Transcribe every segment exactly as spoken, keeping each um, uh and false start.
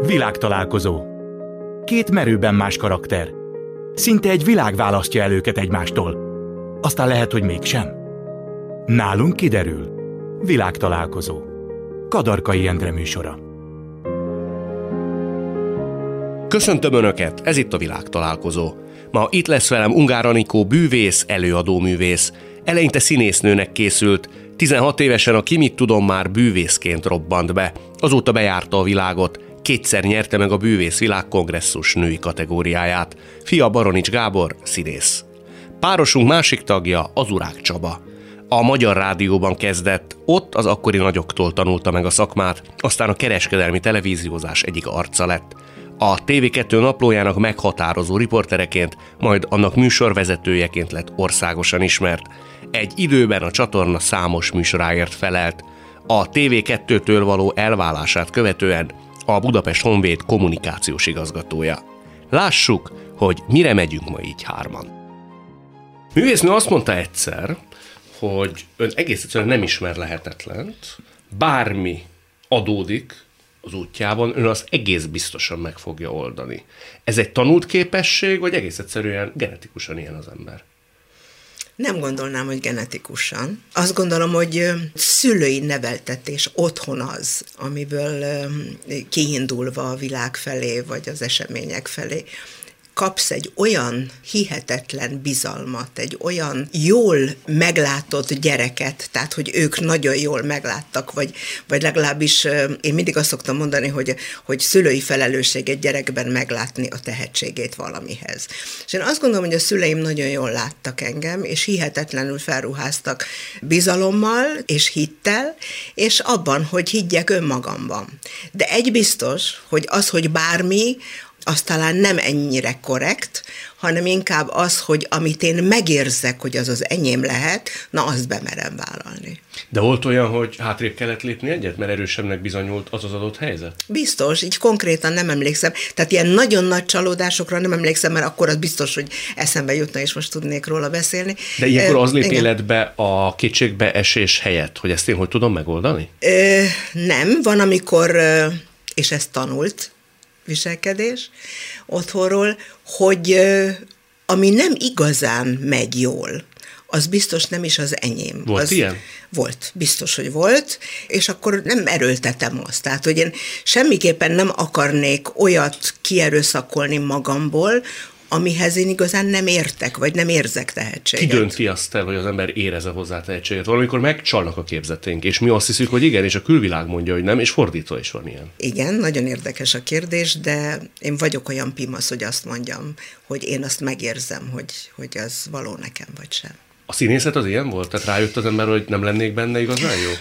Világtalálkozó. Két merőben más karakter. Szinte egy világ választja el őket egymástól. Aztán lehet, hogy mégsem. Nálunk kiderül. Világtalálkozó. Kadarkai Endre műsora. Köszöntöm Önöket, ez itt a Világtalálkozó. Ma itt lesz velem Ungár Anikó bűvész, előadóművész. Eleinte színésznőnek készült, tizenhat évesen a Ki mit tudom már bűvészként robbant be. Azóta bejárta a világot, kétszer nyerte meg a Bűvész Világkongresszus női kategóriáját. Fia Baronics Gábor, színész. Párosunk másik tagja az Urák Csaba. A Magyar Rádióban kezdett, ott az akkori nagyoktól tanulta meg a szakmát, aztán a kereskedelmi televíziózás egyik arca lett. A té vé kettő naplójának meghatározó riportereként, majd annak műsorvezetőjeként lett országosan ismert. Egy időben a csatorna számos műsoráért felelt. A té vé kettőtől való elválását követően a Budapest Honvéd kommunikációs igazgatója. Lássuk, hogy mire megyünk ma így hárman. Művésznő azt mondta egyszer, hogy ön egész egyszerűen nem ismer lehetetlent, bármi adódik az útjában, ön az egész biztosan meg fogja oldani. Ez egy tanult képesség, vagy egész egyszerűen genetikusan ilyen az ember? Nem gondolnám, hogy genetikusan. Azt gondolom, hogy szülői neveltetés otthon az, amiből kiindulva a világ felé, vagy az események felé kapsz egy olyan hihetetlen bizalmat, egy olyan jól meglátott gyereket, tehát, hogy ők nagyon jól megláttak, vagy, vagy legalábbis én mindig azt szoktam mondani, hogy, hogy szülői felelősség egy gyerekben meglátni a tehetségét valamihez. És én azt gondolom, hogy a szüleim nagyon jól láttak engem, és hihetetlenül felruháztak bizalommal, és hittel, és abban, hogy higgyek önmagamban. De egy biztos, hogy az, hogy bármi, az talán nem ennyire korrekt, hanem inkább az, hogy amit én megérzek, hogy az az enyém lehet, na azt bemerem vállalni. De volt olyan, hogy hátrébb kellett lépni egyet, mert erősebbnek bizonyult az az adott helyzet? Biztos, így konkrétan nem emlékszem. Tehát ilyen nagyon nagy csalódásokra nem emlékszem, mert akkor az biztos, hogy eszembe jutna, és most tudnék róla beszélni. De ilyenkor az lép életbe a kétségbe esés helyett, hogy ezt én hogy tudom megoldani? Ö, nem, van amikor, és ezt tanult, viselkedés otthonról, hogy ami nem igazán megy jól, az biztos nem is az enyém. Volt az ilyen? Volt, biztos, hogy volt, és akkor nem erőltetem azt. Tehát, hogy én semmiképpen nem akarnék olyat kierőszakolni magamból, amihez én igazán nem értek, vagy nem érzek tehetséget. Ki dönti azt el, hogy az ember érezze hozzá tehetséget? Valamikor megcsalnak a képzeteink, és mi azt hiszük, hogy igen, és a külvilág mondja, hogy nem, és fordítva is van ilyen. Igen, nagyon érdekes a kérdés, de én vagyok olyan pimasz, hogy azt mondjam, hogy én azt megérzem, hogy, hogy az való nekem, vagy sem. A színészet az ilyen volt? Tehát rájött az ember, hogy nem lennék benne igazán jó?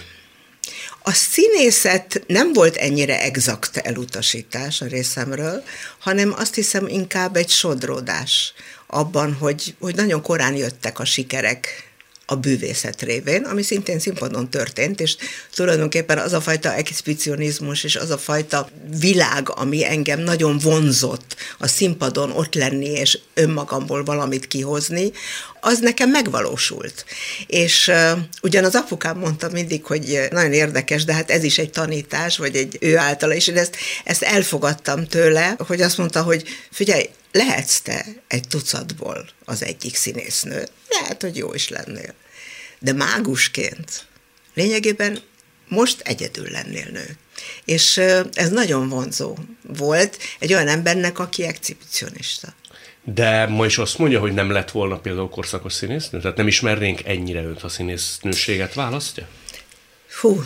A színészet nem volt ennyire exakt elutasítás a részemről, hanem azt hiszem inkább egy sodródás abban, hogy, hogy nagyon korán jöttek a sikerek a bűvészet révén, ami szintén színpadon történt, és tulajdonképpen az a fajta exhibicionizmus és az a fajta világ, ami engem nagyon vonzott a színpadon ott lenni és önmagamból valamit kihozni, az nekem megvalósult. És uh, ugyan az apukám mondta mindig, hogy nagyon érdekes, de hát ez is egy tanítás, vagy egy ő általa, és én ezt, ezt elfogadtam tőle, hogy azt mondta, hogy figyelj, lehetsz te egy tucatból az egyik színésznő, lehet, hogy jó is lennél. De mágusként lényegében most egyedül lennél nő. És ez nagyon vonzó volt egy olyan embernek, aki exhibicionista. De ma is azt mondja, hogy nem lett volna például korszakos színésznő? Tehát nem ismernénk ennyire őt, ha színésznőséget választja? Hú...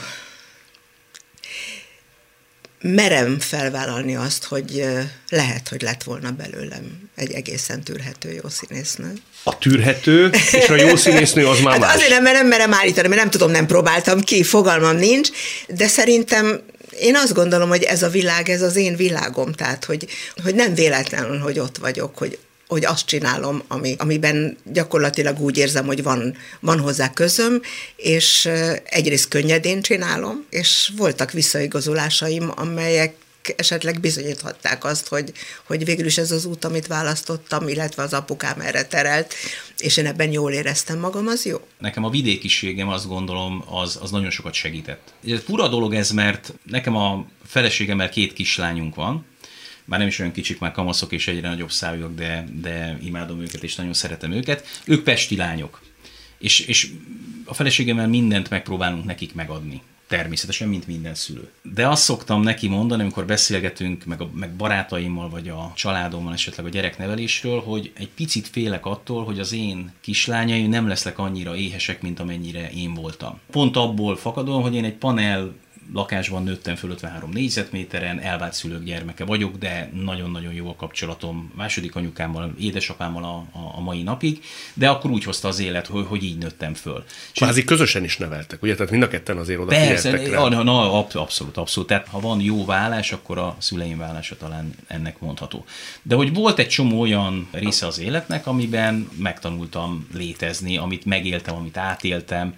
Merem felvállalni azt, hogy lehet, hogy lett volna belőlem egy egészen tűrhető jó színésznő. A tűrhető és a jó színésznő az már hát más. Azért nem, mert nem merem állítani, mert nem tudom, nem próbáltam ki, fogalmam nincs, de szerintem én azt gondolom, hogy ez a világ, ez az én világom, tehát, hogy, hogy nem véletlenül, hogy ott vagyok, hogy hogy azt csinálom, ami, amiben gyakorlatilag úgy érzem, hogy van, van hozzá közöm, és egyrészt könnyedén csinálom, és voltak visszaigazolásaim, amelyek esetleg bizonyíthatták azt, hogy, hogy végül is ez az út, amit választottam, illetve az apukám erre terelt, és én ebben jól éreztem magam, az jó. Nekem a vidékiségem, azt gondolom, az, az nagyon sokat segített. Ez fura dolog ez, mert nekem a feleségemmel két kislányunk van, már nem is olyan kicsik, már kamaszok és egyre nagyobb szájúak, de, de imádom őket és nagyon szeretem őket. Ők pesti lányok. És, és a feleségemmel mindent megpróbálunk nekik megadni. Természetesen, mint minden szülő. De azt szoktam neki mondani, amikor beszélgetünk, meg, a, meg barátaimmal, vagy a családommal esetleg a gyereknevelésről, hogy egy picit félek attól, hogy az én kislányaim nem lesznek annyira éhesek, mint amennyire én voltam. Pont abból fakadom, hogy én egy panel lakásban nőttem föl ötvenhárom négyzetméteren, elvált szülők gyermeke vagyok, de nagyon-nagyon jó a kapcsolatom második anyukámmal, édesapámmal a, a, a mai napig, de akkor úgy hozta az élet, hogy, hogy így nőttem föl. Kvázi közösen is neveltek, ugye? Tehát mind a ketten azért odafigyeltek rá. Na, na, abszolút, abszolút. Tehát ha van jó vállás, akkor a szüleim vállása talán ennek mondható. De hogy volt egy csomó olyan része az életnek, amiben megtanultam létezni, amit megéltem, amit átéltem,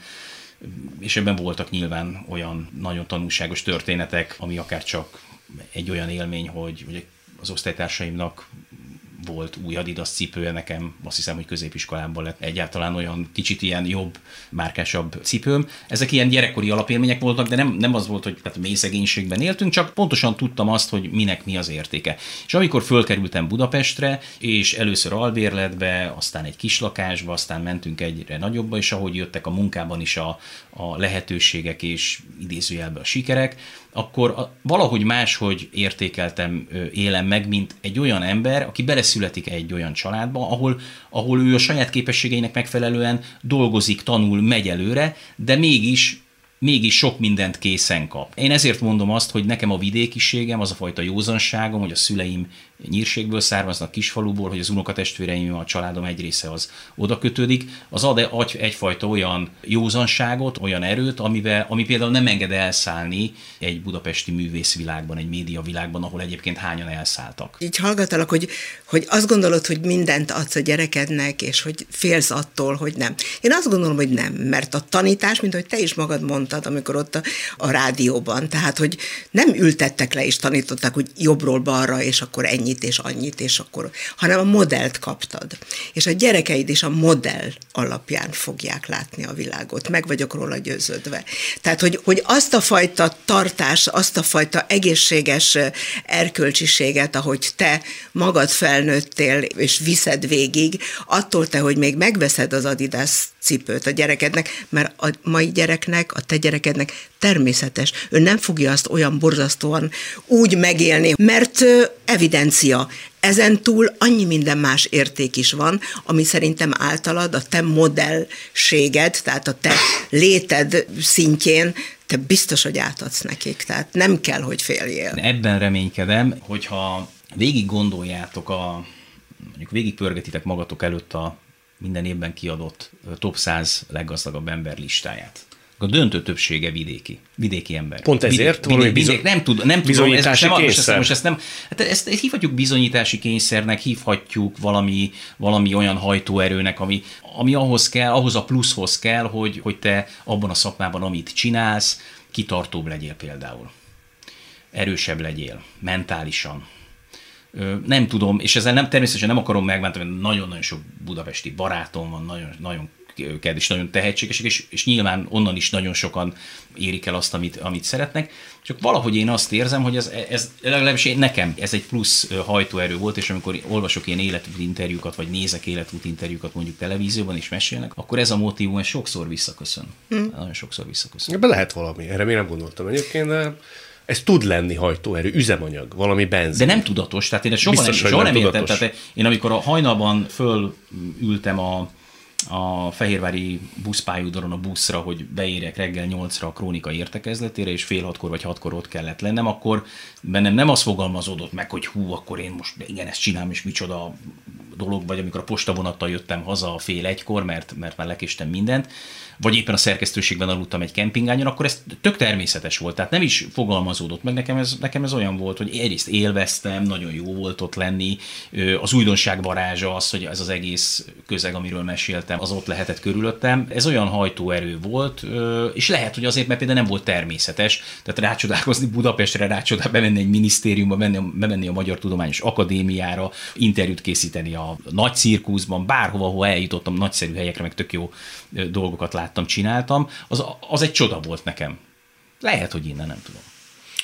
és ebben voltak nyilván olyan nagyon tanulságos történetek, ami akár csak egy olyan élmény, hogy, hogy az osztálytársaimnak volt új Adidas cipője, nekem azt hiszem, hogy középiskolában lett egyáltalán olyan kicsit ilyen jobb, márkásabb cipőm. Ezek ilyen gyerekkori alapélmények voltak, de nem, nem az volt, hogy tehát mély szegénységben éltünk, csak pontosan tudtam azt, hogy minek mi az értéke. És amikor fölkerültem Budapestre, és először albérletbe, aztán egy kis lakásba, aztán mentünk egyre nagyobbba, és ahogy jöttek a munkában is a, a lehetőségek és idézőjelben a sikerek, akkor a, valahogy máshogy értékeltem, élem meg, mint egy olyan ember, aki beleszületik egy olyan családba, ahol, ahol ő a saját képességeinek megfelelően dolgozik, tanul, megy előre, de mégis mégis sok mindent készen kap. Én ezért mondom azt, hogy nekem a vidékiségem, az a fajta józanságom, hogy a szüleim nyírségből származnak, kisfaluból, hogy az unokatestvéreim, a családom egy része az oda kötődik, az ad egyfajta olyan józanságot, olyan erőt, amivel, ami például nem enged elszállni egy budapesti művészvilágban, egy médiavilágban, ahol egyébként hányan elszálltak. Így hallgatalak, hogy, hogy azt gondolod, hogy mindent adsz a gyerekednek, és hogy félsz attól, hogy nem. Én azt gondolom, hogy nem, mert a tanítás, mint hogy te is magad mondtad, amikor ott a, a rádióban, tehát, hogy nem ültettek le és tanították, hogy jobbról balra, és akkor ennyi és annyit, és akkor, hanem a modellt kaptad. És a gyerekeid is a modell alapján fogják látni a világot. Meg vagyok róla győződve. Tehát, hogy, hogy azt a fajta tartás, azt a fajta egészséges erkölcsiséget, ahogy te magad felnőttél, és viszed végig, attól te, hogy még megveszed az Adidas cipőt a gyerekednek, mert a mai gyereknek, a te gyerekednek természetes. Ő nem fogja azt olyan borzasztóan úgy megélni, mert evidencia. Ezen túl annyi minden más érték is van, ami szerintem általad a te modellséged, tehát a te léted szintjén te biztos, hogy átadsz nekik, tehát nem kell, hogy féljél. Ebben reménykedem, hogyha végig gondoljátok, a, mondjuk végig pörgetitek magatok előtt a minden évben kiadott top száz leggazdagabb ember listáját. A döntő többsége vidéki, vidéki ember. Pont ezért vidék, vidék, vidék, nem tud, nem bizonyítási tudom, kényszer. Most ezt, most ezt nem, hát ezt hívhatjuk bizonyítási kényszernek, hívhatjuk valami, valami olyan hajtóerőnek, ami, ami ahhoz kell, ahhoz a pluszhoz kell, hogy, hogy te abban a szakmában, amit csinálsz, kitartóbb legyél például. Erősebb legyél, mentálisan. Nem tudom, és ezzel nem, természetesen nem akarom megbántani, mert nagyon-nagyon sok budapesti barátom van, nagyon, nagyon kedves, nagyon tehetségesek, és, és nyilván onnan is nagyon sokan érik el azt, amit, amit szeretnek. Csak valahogy én azt érzem, hogy ez, ez legalábbis én, nekem ez egy plusz hajtóerő volt, és amikor olvasok ilyen életút interjúkat, vagy nézek életút interjúkat mondjuk televízióban, és mesélnek, akkor ez a motívum ez sokszor visszaköszön. Hmm. Nagyon sokszor visszaköszön. Ebben lehet valami, erre még nem gondoltam egyébként, de ez tud lenni hajtóerő, üzemanyag, valami benzin. De nem tudatos, tehát én ezt soha Biztos, nem, soha nem, nem értem. Tehát én amikor a hajnalban fölültem a a fehérvári buszpályaudvaron a buszra, hogy beérjek reggel nyolcra a Krónika értekezletére, és fél hatkor vagy hatkor ott kellett lennem, akkor bennem nem az fogalmazódott meg, hogy hú, akkor én most igen, ezt csinálom, és micsoda dolog, vagy amikor a postavonattal jöttem haza fél egykor, mert, mert már lekéstem mindent, vagy éppen a szerkesztőségben aludtam egy kempingányon, akkor ez tök természetes volt, tehát nem is fogalmazódott meg, nekem ez, nekem ez olyan volt, hogy egyrészt élveztem, nagyon jó volt ott lenni, az újdonság varázsa az, hogy ez az egész közeg, amiről meséltem, az ott lehetett körülöttem, ez olyan hajtóerő volt, és lehet, hogy azért, mert például nem volt természetes, tehát rácsodálkozni Budapestre, rácsodál, bemenni egy minisztériumba, bemenni, bemenni a Magyar Tudományos Akadémiára, interjút készíteni a nagy cirkuszban, bárhova, ahol eljutottam, nagyszerű helyekre, meg tök jó dolgokat láttam, csináltam, az, az egy csoda volt nekem. Lehet, hogy innen, nem tudom.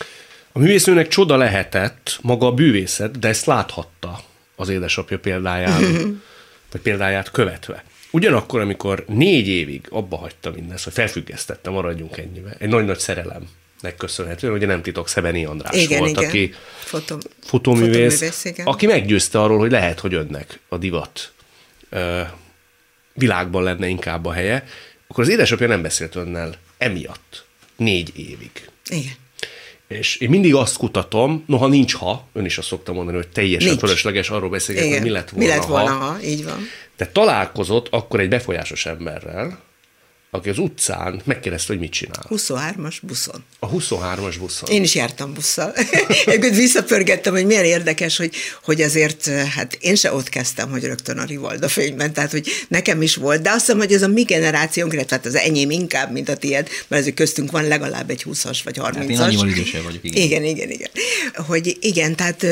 A művésznőnek csoda lehetett maga a bűvészet, de ezt láthatta az édesapja példáján, vagy példáját követve. Ugyanakkor, amikor négy évig abba hagyta mindezt, hogy felfüggesztette, maradjunk ennyibe, egy nagy-nagy szerelemnek köszönhetően, ugye nem titok, Szebeni András igen, volt, igen. aki Foto, futóművész, fotoművész, aki meggyőzte arról, hogy lehet, hogy önnek a divat ö, világban lenne inkább a helye, akkor az édesapja nem beszélt önnel emiatt négy évig. Igen. És én mindig azt kutatom, noha nincs ha, ön is azt szokta mondani, hogy teljesen nincs. Fölösleges arról beszélgetni, hogy mi lett volna, mi lett volna ha. ha. Így van. De találkozott akkor egy befolyásos emberrel, aki az utcán megkérdezte, hogy mit csinál. huszonhármas buszon. A huszonhármas buszon. Én is jártam busszal. Egyébként visszapörgettem, hogy milyen érdekes, hogy, hogy azért, hát én se ott kezdtem, hogy rögtön a Rivalda fényben, tehát hogy nekem is volt, de azt hiszem, hogy ez a mi generációnk, illetve hát az enyém inkább, mint a tiéd, mert azért köztünk van legalább egy húszas vagy harmincas. Hát én annyival idősebb vagyok, igen. Igen, igen, igen. Hogy igen, tehát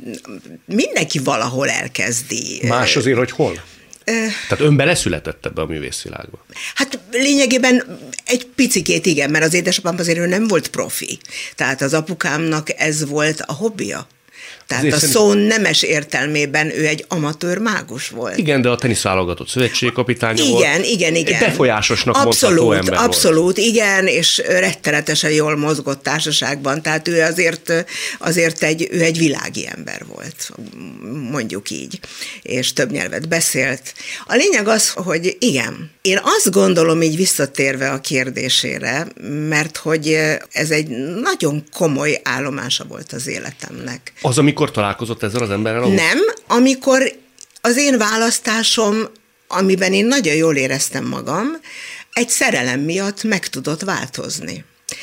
mindenki valahol elkezdi. Más azért, hogy hol? Tehát ön beleszületett ebbe a művészvilágba? Hát lényegében egy picikét igen, mert az édesapám azért ő nem volt profi. Tehát az apukámnak ez volt a hobbija. Tehát azért a szó szerint... nemes értelmében ő egy amatőr mágus volt. Igen, de a teniszválogatott szövetségkapitánya igen, volt. Igen, igen, igen. Befolyásosnak abszolút, mondható ember abszolút, volt. igen, és rettenetesen jól mozgott társaságban, tehát ő azért, azért egy, ő egy világi ember volt, mondjuk így, és több nyelvet beszélt. A lényeg az, hogy igen, én azt gondolom így visszatérve a kérdésére, mert hogy ez egy nagyon komoly állomása volt az életemnek. Az, amikor találkozott ezzel az emberrel? Ahhoz? Nem, amikor az én választásom, amiben én nagyon jól éreztem magam, egy szerelem miatt meg tudott változni.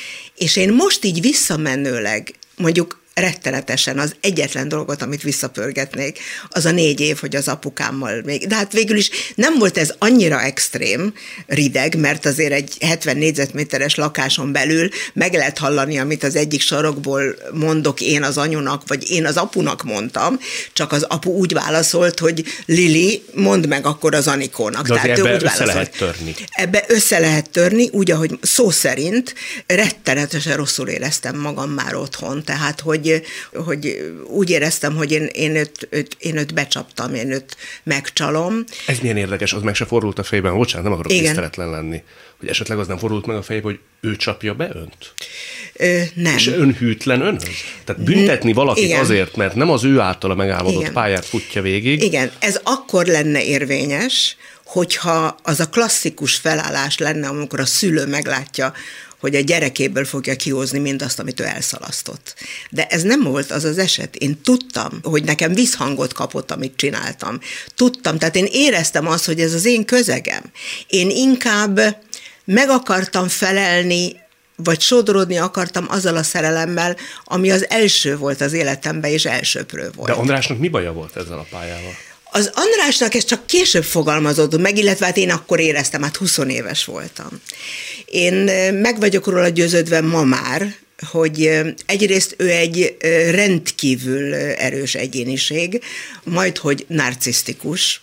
És én most így visszamenőleg, mondjuk rettenetesen az egyetlen dolgot, amit visszapörgetnék, az a négy év, hogy az apukámmal még. De hát végül is nem volt ez annyira extrém, rideg, mert azért egy hetven négyzetméteres lakáson belül meg lehet hallani, amit az egyik sarokból mondok én az anyunak, vagy én az apunak mondtam, csak az apu úgy válaszolt, hogy Lili, mondd meg akkor az Anikónak. De Tehát ebbe ő úgy össze válaszolt. lehet törni. Ebbe össze lehet törni, úgy, ahogy szó szerint rettenetesen rosszul éreztem magam már otthon, tehát hogy hogy úgy éreztem, hogy én, én, őt, őt, én őt becsaptam, én őt megcsalom. Ez milyen érdekes, az meg se fordult a fejében, bocsánat, nem akarok tiszteletlen lenni, hogy esetleg az nem fordult meg a fejében, hogy ő csapja be önt? Ö, nem. És ön hűtlen önhöz? Tehát büntetni valakit igen. azért, mert nem az ő általa megálmodott igen. pályát futja végig. Igen, ez akkor lenne érvényes, hogyha az a klasszikus felállás lenne, amikor a szülő meglátja, hogy a gyerekéből fogja kihozni mindazt, amit ő elszalasztott. De ez nem volt az az eset. Én tudtam, hogy nekem visszhangot kapott, amit csináltam. Tudtam, tehát én éreztem azt, hogy ez az én közegem. Én inkább meg akartam felelni, vagy sodródni akartam azzal a szerelemmel, ami az első volt az életemben, és elsőprő volt. De Andrásnak mi baja volt ezzel a pályával? Az Andrásnak ez csak később fogalmazódott meg, illetve hát én akkor éreztem, hát húsz éves voltam. Én meg vagyok róla győződve ma már, hogy egyrészt ő egy rendkívül erős egyéniség, majd hogy narcisztikus,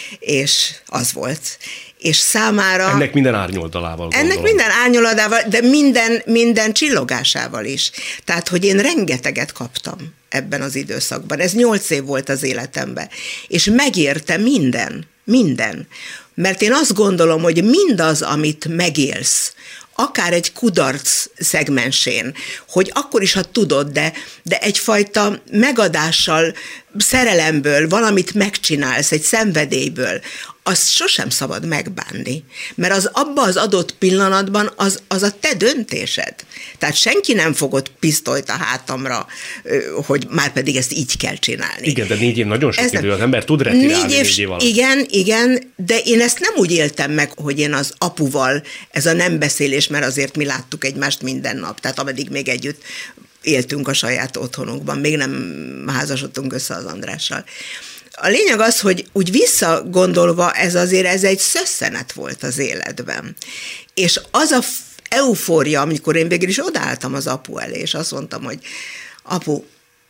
és az volt. És számára... Ennek minden árnyoldalával gondolom. Ennek minden árnyoldalával, de minden, minden csillogásával is. Tehát, hogy én rengeteget kaptam ebben az időszakban. Ez nyolc év volt az életemben. És megérte minden, minden. Mert én azt gondolom, hogy mindaz, amit megélsz, akár egy kudarc szegmensén, hogy akkor is, ha tudod, de, de egyfajta megadással, szerelemből valamit megcsinálsz, egy szenvedélyből, azt sosem szabad megbánni, mert az abban az adott pillanatban az, az a te döntésed. Tehát senki nem fogott pisztolyt a hátamra, hogy már pedig ezt így kell csinálni. Igen, de négy év nagyon sok Ez idő, nem, az ember tud retirálni négy év, négy év alatt. Igen, igen, de én ezt nem úgy éltem meg, hogy én az apuval, ez a nem beszélés, mert azért mi láttuk egymást minden nap, tehát ameddig még együtt éltünk a saját otthonunkban, még nem házasodtunk össze az Andrással. A lényeg az, hogy úgy visszagondolva ez azért ez egy szösszenet volt az életben. És az a eufória, amikor én végül is odaálltam az apu elé, és azt mondtam, hogy apu,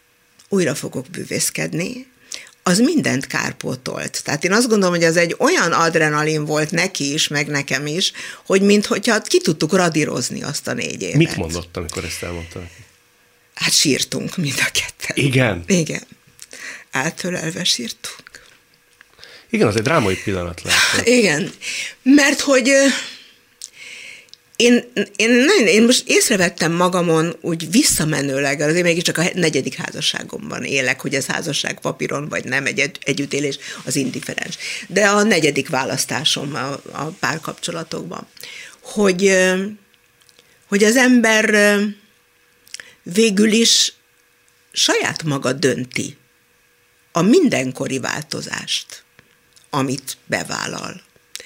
újra fogok bűvészkedni, az mindent kárpótolt. Tehát én azt gondolom, hogy az egy olyan adrenalin volt neki is, meg nekem is, hogy minthogyha ki tudtuk radírozni azt a négy évet. Mit mondott, amikor ezt elmondta neki? Hát sírtunk mind a ketten. Igen? Igen. Átölelve sírtunk. Igen, az egy drámai pillanat lehet. Igen, mert hogy én, én, nagyon, én most észrevettem magamon úgy visszamenőleg, azért mégiscsak a negyedik házasságomban élek, hogy ez házasság papíron vagy nem, egy együttélés az indifferens. De a negyedik választásom a, a párkapcsolatokban, hogy, hogy az ember végül is saját maga dönti a mindenkori változást, amit bevállal.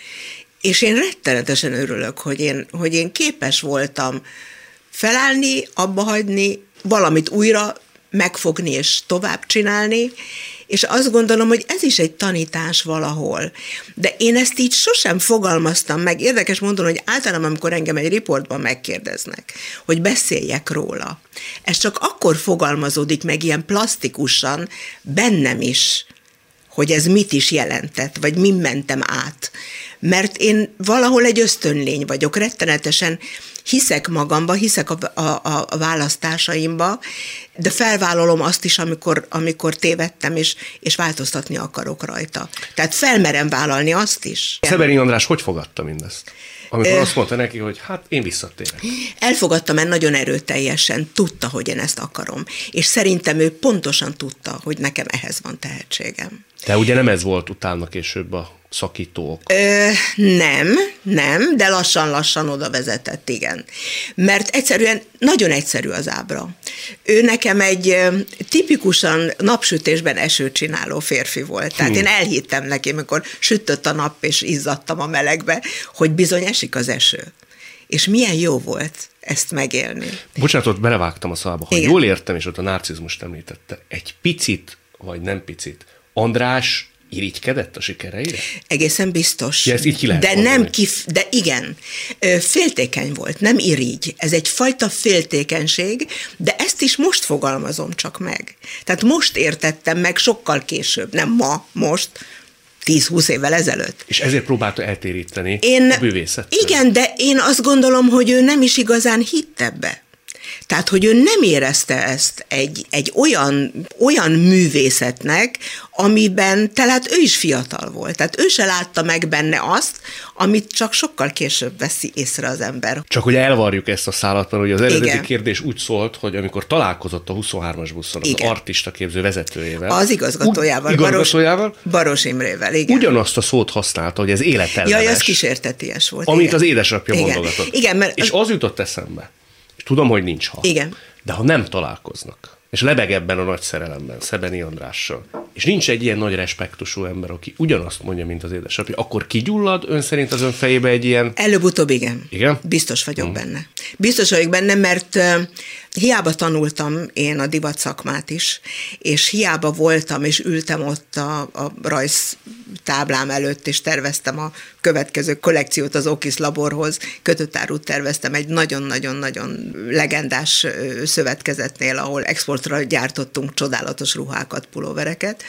És én rettenetesen örülök, hogy én, hogy én képes voltam felállni, abba hagyni, valamit újra megfogni és tovább csinálni, és azt gondolom, hogy ez is egy tanítás valahol. De én ezt így sosem fogalmaztam meg. Érdekes mondom, hogy általában, amikor engem egy riportban megkérdeznek, hogy beszéljek róla, ez csak akkor fogalmazódik meg ilyen plastikusan bennem is, hogy ez mit is jelentett, vagy min mentem át. Mert én valahol egy ösztönlény vagyok, rettenetesen hiszek magamba, hiszek a, a, a választásaimba, de felvállalom azt is, amikor, amikor tévedtem, és, és változtatni akarok rajta. Tehát felmerem vállalni azt is. Szeberin András hogy fogadta mindezt? Amikor Ö... azt mondta neki, hogy hát én visszatérek. Elfogadta, mert nagyon erőteljesen tudta, hogy én ezt akarom. És szerintem ő pontosan tudta, hogy nekem ehhez van tehetségem. De ugye nem ez volt utána később a szakítók? Ö, nem, nem, de lassan-lassan oda vezetett, igen. Mert egyszerűen, nagyon egyszerű az ábra. Ő nekem egy tipikusan napsütésben esőt csináló férfi volt. Tehát hmm. én elhittem neki, amikor sütött a nap, és izzadtam a melegbe, hogy bizony esik az eső. És milyen jó volt ezt megélni. Bocsánatot, belevágtam a szalba. Ha igen. Jól értem, és ott a narcizmust említette, egy picit, vagy nem picit, András irigykedett a sikereire? Egészen biztos. Ja, ezt így ki lehet de mondani. nem kif, de igen, féltékeny volt, nem irigy. Ez egyfajta féltékenység, de ezt is most fogalmazom csak meg. Tehát most értettem meg sokkal később, nem ma, most, tíz-húsz évvel ezelőtt. És ezért próbálta eltéríteni én, a bűvészettől. Igen, de én azt gondolom, hogy ő nem is igazán hitt ebbe. Tehát, hogy ő nem érezte ezt egy, egy olyan, olyan művészetnek, amiben, tehát ő is fiatal volt. Tehát ő se látta meg benne azt, amit csak sokkal később veszi észre az ember. Csak hogy elvarjuk ezt a szálat, mert ugye az eredeti igen. kérdés úgy szólt, hogy amikor találkozott a huszonhármas buszon az igen. artista képző vezetőjével. Az igazgatójával. U- igazgatójával. Baros, Baros Imrével, igen. Ugyanazt a szót használta, hogy ez életellenes. Jaj, ez kísérteties volt. Amit igen. az édesapja igen. mondogatott. Igen, mert és az jutott eszembe. És tudom, hogy nincs ha. Igen. De ha nem találkoznak, és lebeg ebben a nagy szerelemben, Szeberin Andrással, és nincs egy ilyen nagy respektusú ember, aki ugyanazt mondja, mint az édesapja, akkor kigyullad ön szerint az ön fejébe egy ilyen... Előbb-utóbb igen. Igen? Biztos vagyok mm. benne. Biztos vagyok benne, mert uh, hiába tanultam én a divat szakmát is, és hiába voltam, és ültem ott a, a rajztáblám előtt, és terveztem a következő kollekciót az Okis laborhoz, kötőtárút terveztem egy nagyon-nagyon-nagyon legendás szövetkezetnél, ahol exportra gyártottunk csodálatos ruhákat, pulóvereket,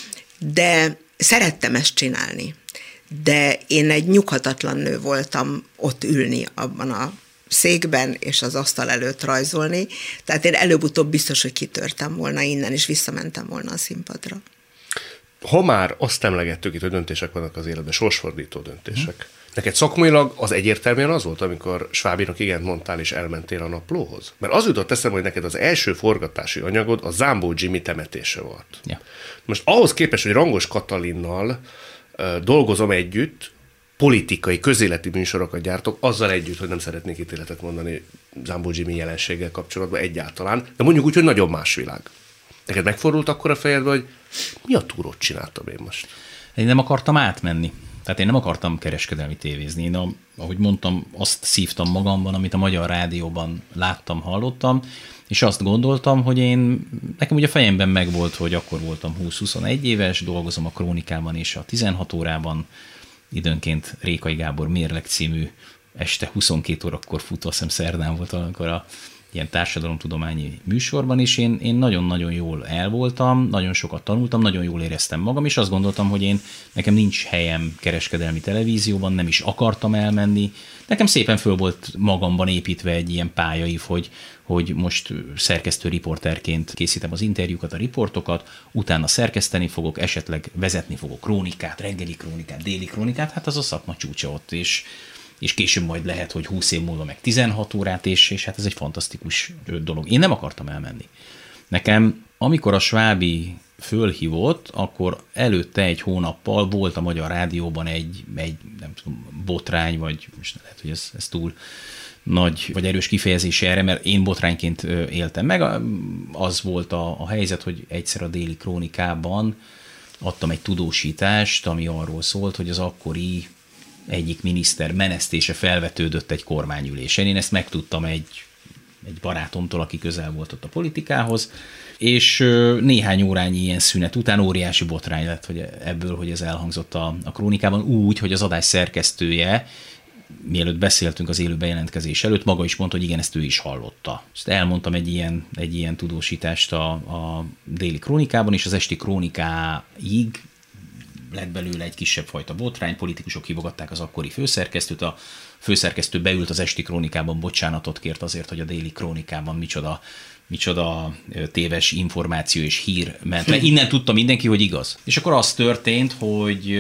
de szerettem ezt csinálni. De én egy nyughatatlan nő voltam ott ülni abban a székben, és az asztal előtt rajzolni, tehát én előbb-utóbb biztos, hogy kitörtem volna innen, és visszamentem volna a színpadra. Ha már azt emlegettük itt, hogy döntések vannak az életben, sorsfordító döntések. Hmm. Neked szakmailag az egyértelműen az volt, amikor Svábinak igent mondtál, és elmentél a Naplóhoz? Mert az jutott eszembe, hogy neked az első forgatási anyagod a Zámbó Jimmy temetése volt. Ja. Most ahhoz képest, hogy Rangos Katalinnal uh, dolgozom együtt, politikai, közéleti műsorokat gyártok, azzal együtt, hogy nem szeretnék ítéletet mondani Zámbó Jimmy jelenséggel kapcsolatban egyáltalán, de mondjuk úgy, hogy nagyon más világ. Neked megfordult akkor a fejedbe, hogy mi a túrót csináltam én most? Én nem akartam átmenni. Tehát én nem akartam kereskedelmi tévézni. Én, ahogy mondtam, azt szívtam magamban, amit a Magyar Rádióban láttam, hallottam, és azt gondoltam, hogy én, nekem ugye a fejemben megvolt, hogy akkor voltam húsz-huszonegy éves, dolgozom a Krónikában és a tizenhat órában, időnként Rékai Gábor Mérleg című este huszonkét órakor futó, azt hiszem szerdán volt, amikor a ilyen társadalomtudományi műsorban, és én, én nagyon-nagyon jól el voltam, nagyon sokat tanultam, nagyon jól éreztem magam, és azt gondoltam, hogy én, nekem nincs helyem kereskedelmi televízióban, nem is akartam elmenni. Nekem szépen föl volt magamban építve egy ilyen pályaív, hogy, hogy most szerkesztő riporterként készítem az interjúkat, a riportokat, utána szerkeszteni fogok, esetleg vezetni fogok krónikát, reggeli krónikát, déli krónikát, hát az a szakma csúcsa ott, és és később majd lehet, hogy húsz év múlva meg tizenhat órát, és, és hát ez egy fantasztikus dolog. Én nem akartam elmenni. Nekem, amikor a Svábi fölhívott, akkor előtte egy hónappal volt a Magyar Rádióban egy, egy nem tudom, botrány, vagy most lehet, hogy ez, ez túl nagy vagy erős kifejezése erre, mert én botrányként éltem meg. Az volt a, a helyzet, hogy egyszer a Déli Krónikában adtam egy tudósítást, ami arról szólt, hogy az akkori egyik miniszter menesztése felvetődött egy kormányülésen. Én ezt megtudtam egy, egy barátomtól, aki közel volt ott a politikához, és néhány órányi ilyen szünet után óriási botrány lett hogy ebből, hogy ez elhangzott a, a krónikában úgy, hogy az adás szerkesztője, mielőtt beszéltünk az élő bejelentkezés előtt, maga is mondta, hogy igen, ezt ő is hallotta. Ezt elmondtam egy ilyen, egy ilyen tudósítást a, a Déli Krónikában, és az esti krónikáig lett belőle egy kisebb fajta botrány, politikusok hívogatták az akkori főszerkesztőt, a főszerkesztő beült az esti krónikában, bocsánatot kért azért, hogy a Déli Krónikában micsoda, micsoda téves információ és hír ment le. Innen tudta mindenki, hogy igaz. És akkor az történt, hogy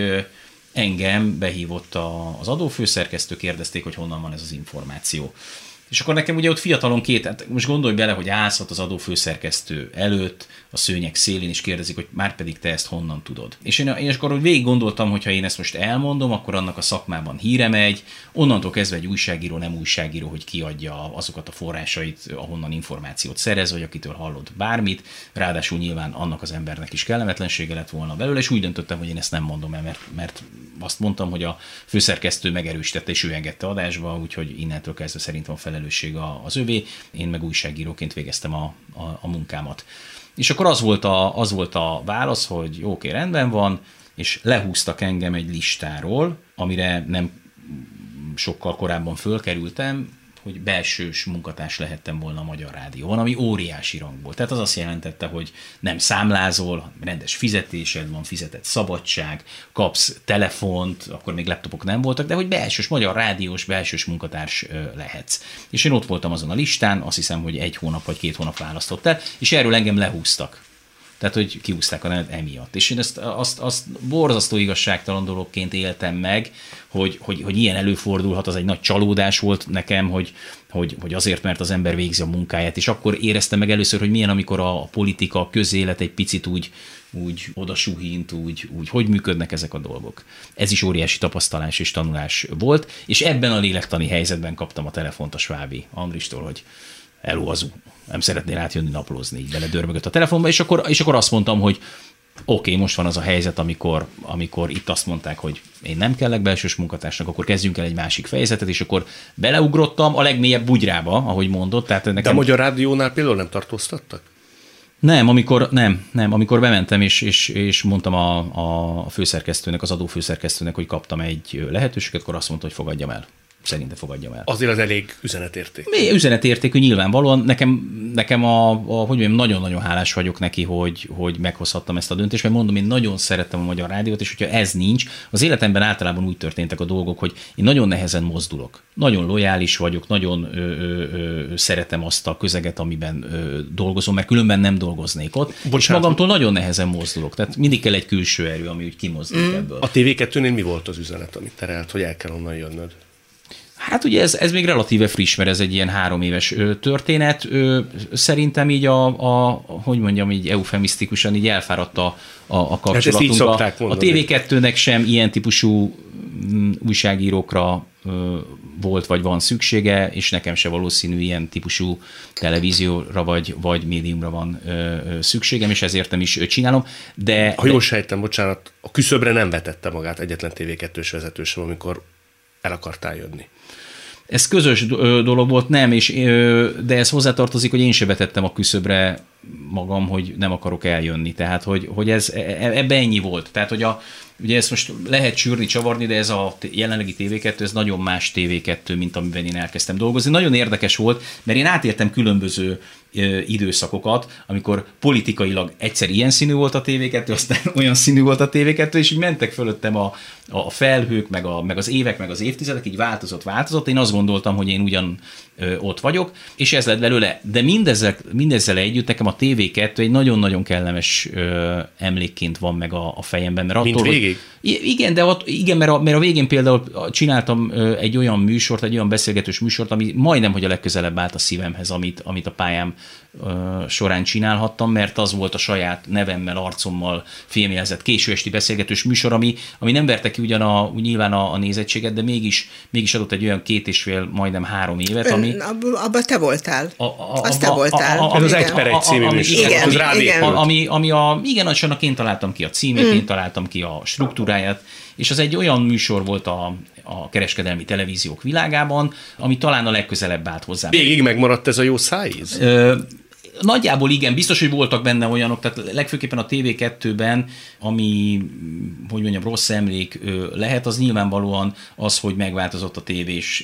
engem behívott az adófőszerkesztő, kérdezték, hogy honnan van ez az információ. És akkor nekem ugye ott fiatalon két, hát most gondolj bele, hogy állsz ott az adófőszerkesztő előtt, a szőnyeg szélén, és kérdezik, hogy már pedig te ezt honnan tudod. És én, én akkor végig gondoltam, hogy ha én ezt most elmondom, akkor annak a szakmában híre megy, onnantól kezdve egy újságíró, nem újságíró, hogy kiadja azokat a forrásait, ahonnan információt szerez, vagy akitől hallott bármit. Ráadásul nyilván annak az embernek is kellemetlensége lett volna belőle, és úgy döntöttem, hogy én ezt nem mondom el, mert, mert azt mondtam, hogy a főszerkesztő megerősítette, és ő engedte adásba, úgyhogy innentől kezdve szerintem a felelősség az övé, én meg újságíróként végeztem a, a, a munkámat. És akkor az volt a, az volt a válasz, hogy jó, oké, rendben van, és lehúztak engem egy listáról, amire nem sokkal korábban fölkerültem, hogy belsős munkatárs lehettem volna a Magyar Rádióban, ami óriási rang volt. Tehát az azt jelentette, hogy nem számlázol, rendes fizetésed van, fizetett szabadság, kapsz telefont, akkor még laptopok nem voltak, de hogy belsős, Magyar Rádiós belsős munkatárs lehetsz. És én ott voltam azon a listán, azt hiszem, hogy egy hónap vagy két hónap választott el, és erről engem lehúztak. Tehát, hogy kihúzták a nevet emiatt. És én ezt, azt, azt borzasztó igazságtalan dologként éltem meg, hogy, hogy, hogy ilyen előfordulhat, az egy nagy csalódás volt nekem, hogy, hogy, hogy azért, mert az ember végzi a munkáját, és akkor éreztem meg először, hogy milyen, amikor a politika, a közélet egy picit úgy, úgy odasuhint, úgy, úgy, hogy működnek ezek a dolgok. Ez is óriási tapasztalás és tanulás volt, és ebben a lélektani helyzetben kaptam a telefont a Svábi Andristól, hogy elóazú, nem szeretnél átjönni naplózni, így beledörmögött a telefonba, és akkor, és akkor azt mondtam, hogy oké, okay, most van az a helyzet, amikor, amikor itt azt mondták, hogy én nem kellek belsős munkatársnak, akkor kezdjünk el egy másik fejezetet, és akkor beleugrottam a legmélyebb bugyrába, ahogy mondott. Tehát nekem... De a Magyar Rádiónál például nem tartóztattak? Nem, amikor, nem, nem, amikor bementem, és, és, és mondtam a, a főszerkesztőnek, az adófőszerkesztőnek, hogy kaptam egy lehetőséget, akkor azt mondta, hogy fogadjam el. Szerintem fogadjam el. Azért az elég üzenetérték. Mi üzenetértékű nyilvánvalóan. Nekem, nekem a, a, hogy mondjam, nagyon-nagyon hálás vagyok neki, hogy, hogy meghozhattam ezt a döntést, mert mondom, én nagyon szerettem a Magyar Rádiót, és hogyha ez nincs, az életemben általában úgy történtek a dolgok, hogy én nagyon nehezen mozdulok. Nagyon lojális vagyok, nagyon ö, ö, ö, szeretem azt a közeget, amiben ö, dolgozom, mert különben nem dolgoznék ott. Bocsánat. És magamtól nagyon nehezen mozdulok. Tehát mindig kell egy külső erő, ami úgy kimozdít mm. ebből. A té vé kettőnél mi volt az üzenet, amit terelt, hogy el kell onnan jönnöd? Hát ugye ez, ez még relatíve friss, mert ez egy ilyen három éves ö, történet. Ö, szerintem így a, a, hogy mondjam, így eufemisztikusan így elfáradt a, a, a kapcsolatunk. Hát a, a té vé kettőnek sem ilyen típusú m, újságírókra ö, volt vagy van szüksége, és nekem se valószínű ilyen típusú televízióra vagy, vagy médiumra van ö, ö, szükségem, és ezért nem is csinálom. De, ha jól sejtem, bocsánat, a küszöbre nem vetette magát egyetlen té vé kettős vezető sem, amikor el akartál jönni. Ez közös dolog volt, nem, és, de ez hozzátartozik, hogy én se vetettem a küszöbre magam, hogy nem akarok eljönni. Tehát, hogy, hogy ez, ebbe ennyi volt. Tehát, hogy a, ugye ezt most lehet sűrni, csavarni, de ez a jelenlegi té vé kettő, ez nagyon más té vé kettő, mint amiben én elkezdtem dolgozni. Nagyon érdekes volt, mert én átértem különböző időszakokat, amikor politikailag egyszer ilyen színű volt a té vé kettő, aztán olyan színű volt a té vé kettő, és így mentek fölöttem a, a felhők, meg, a, meg az évek, meg az évtizedek, így változott, változott. Én azt gondoltam, hogy én ugyan ö, ott vagyok, és ez lett belőle. De mindezzel, mindezzel együtt nekem a té vé kettő egy nagyon-nagyon kellemes ö, emlékként van meg a, a fejemben. Mert attól, mint végig? Hogy, igen, de ott, igen, mert, a, mert a végén például csináltam ö, egy olyan műsort, egy olyan beszélgetős műsort, ami majdnem, hogy a legközelebb állt a szívemhez, amit, amit a pályám során csinálhattam, mert az volt a saját nevemmel, arcommal fémjelzett késő esti beszélgetős műsor, ami, ami nem verte ki ugyan a, nyilván a, a nézettséget, de mégis, mégis adott egy olyan két és fél, majdnem három évet, ami... Abban te voltál. A, a, Azt te voltál. A, a, ez az egy per egy című műsor. Igen, az rádió. igen. Ami, ami a, igen, annak én találtam ki a címét, hmm. én találtam ki a struktúráját, és az egy olyan műsor volt a, a kereskedelmi televíziók világában, ami talán a legközelebb állt hozzá. Végig megmaradt ez a jó szájíz? Ö, Nagyjából igen, biztos, hogy voltak benne olyanok, tehát legfőképpen a té vé kettőben, ami, hogy mondjam, rossz emlék lehet, az nyilvánvalóan az, hogy megváltozott a tévés,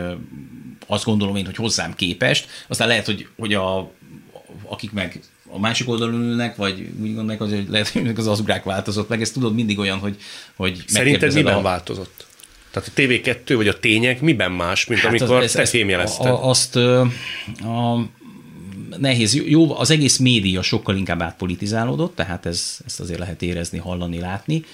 azt gondolom én, hogy hozzám képest. Aztán lehet, hogy, hogy a, akik meg a másik oldalon ülnek, vagy úgy gondolják, hogy lehet, hogy az az ugrák változott meg. Ez tudod mindig olyan, hogy, hogy szerinted miben a... változott? Tehát a té vé kettő vagy a tények miben más, mint hát amikor az, te fémjelezted? Azt a, a, nehéz. Jó, az egész média sokkal inkább átpolitizálódott, tehát ez, ezt azért lehet érezni, hallani, látni.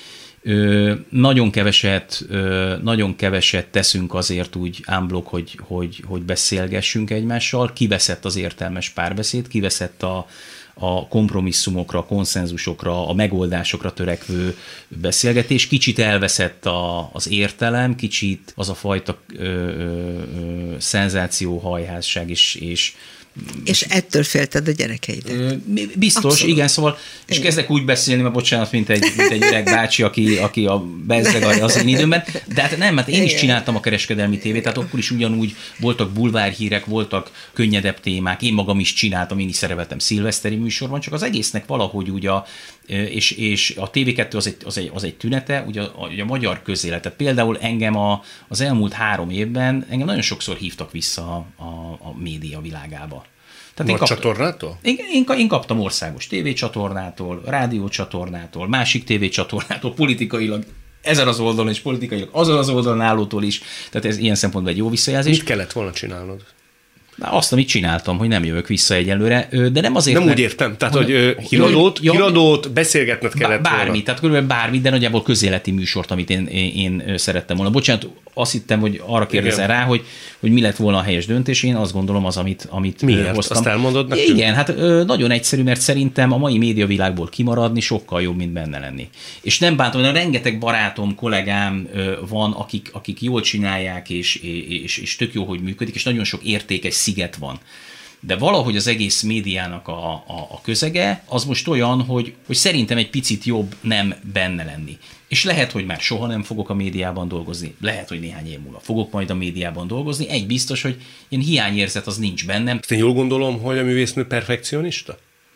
Ö, nagyon keveset, ö, nagyon keveset teszünk azért úgy unblock, hogy, hogy, hogy beszélgessünk egymással. Kiveszett az értelmes párbeszéd, kiveszett a, a kompromisszumokra, a konszenzusokra, a megoldásokra törekvő beszélgetés. Kicsit elveszett a, az értelem, kicsit az a fajta ö, ö, ö, szenzációhajházság és, és És ettől félted a gyerekeidet? Biztos, abszolút. Igen, szóval, és igen. Kezdek úgy beszélni, mert bocsánat, mint egy, mint egy öreg bácsi, aki, aki a bezzeg az én időmben, de hát nem, hát én igen. is csináltam a kereskedelmi tévét, tehát akkor is ugyanúgy voltak bulvárhírek, voltak könnyedebb témák, én magam is csináltam, én is szerepeltem szilveszteri műsorban, csak az egésznek valahogy úgy a, és, és a té vé kettő az egy, az egy, az egy tünete, ugye a, a, a magyar közéletet. Például engem a, az elmúlt három évben, engem nagyon sokszor hívtak vissza a, a, a média világába. Tehát Nagy én csatornától? Én, én, én kaptam országos tévécsatornától, rádiócsatornától, másik tévécsatornától, politikailag ezen az oldalon és politikailag azon az oldalon állótól is. Tehát ez ilyen szempontból egy jó visszajelzés. Mit kellett volna csinálnod? Azt, amit csináltam, hogy nem jövök vissza egyelőre, de nem azért, nem mert, úgy értem, tehát, hogy, hogy híradót, ja, híradót beszélgetned kellett bármi, volna. Tehát körülbelül bármi, de nagyjából közéleti műsort, amit én, én, én szerettem volna. Bocsánat, azt hittem, hogy arra kérdezel rá, hogy, hogy mi lett volna a helyes döntés, én azt gondolom az, amit, amit miért? hoztam. Azt elmondod nekünk? Igen, hát nagyon egyszerű, mert szerintem a mai médiavilágból kimaradni sokkal jobb, mint benne lenni. És nem bántom, mert rengeteg barátom, kollégám van, akik, akik jól csinálják, és, és, és tök jó, hogy működik, és nagyon sok értékes sziget van. De valahogy az egész médiának a, a, a közege az most olyan, hogy, hogy szerintem egy picit jobb nem benne lenni. És lehet, hogy már soha nem fogok a médiában dolgozni, lehet, hogy néhány év múlva fogok majd a médiában dolgozni. Egy biztos, hogy ilyen hiányérzet az nincs bennem. Ezt én jól gondolom, hogy a művésznő perfekcionista?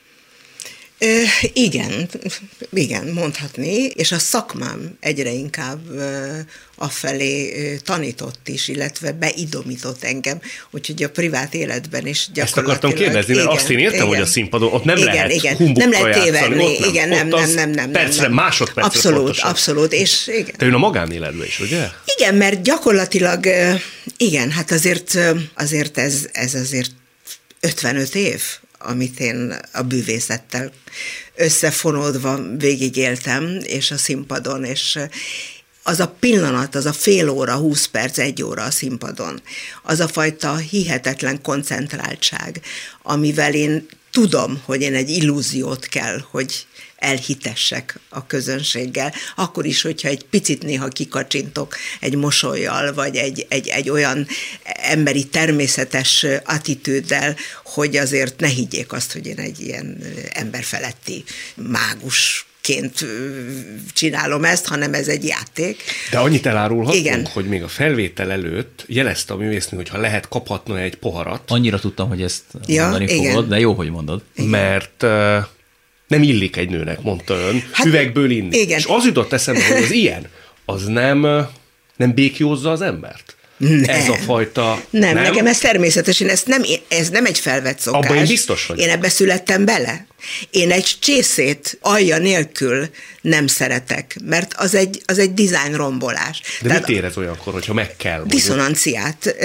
Ö, igen, igen, mondhatni, és a szakmám egyre inkább ö, afelé ö, tanított is, illetve beidomított engem, úgyhogy a privát életben is gyakorlatilag... Ezt akartam kérdezni, mert igen, azt én értem, igen, hogy a színpadon ott nem igen, lehet igen, humbukkal nem lehet tévedni, játszani, igen, nem, nem, nem, nem, percre, nem, másodpercre abszolút, pontosan. Abszolút, és igen. Te jön a magánéletbe is, ugye? Igen, mert gyakorlatilag, igen, hát azért, azért ez, ez azért ötvenöt év, amit én a bűvészettel összefonódva végigéltem, és a színpadon, és az a pillanat, az a fél óra, húsz perc, egy óra a színpadon, az a fajta hihetetlen koncentráltság, amivel én tudom, hogy én egy illúziót kell, hogy elhitessek a közönséggel, akkor is, hogyha egy picit néha kikacsintok egy mosollyal, vagy egy, egy, egy olyan emberi természetes attitűddel, hogy azért ne higgyék azt, hogy én egy ilyen emberfeletti mágus ként csinálom ezt, hanem ez egy játék. De annyit elárulhatunk, Igen. hogy még a felvétel előtt jelezte a művésznő, hogy ha lehet, kaphatna egy poharat. Annyira tudtam, hogy ezt Ja, mondani igen. fogod, de jó, hogy mondod. Igen. Mert uh, nem illik egy nőnek, mondta ön, hát, üvegből inni. igen. És az jutott eszembe, hogy az ilyen, az nem, nem békjózza az embert? Nem. Ez a fajta... Nem, nem, nekem ez természetes, én ezt nem, ez nem egy felvett szokás. Abban én biztos vagyok. Én ebbe születtem bele. Én egy csészét alja nélkül nem szeretek, mert az egy, az egy design rombolás. De Tehát mit érez olyankor, hogyha meg kell? Mondjuk? Diszonanciát,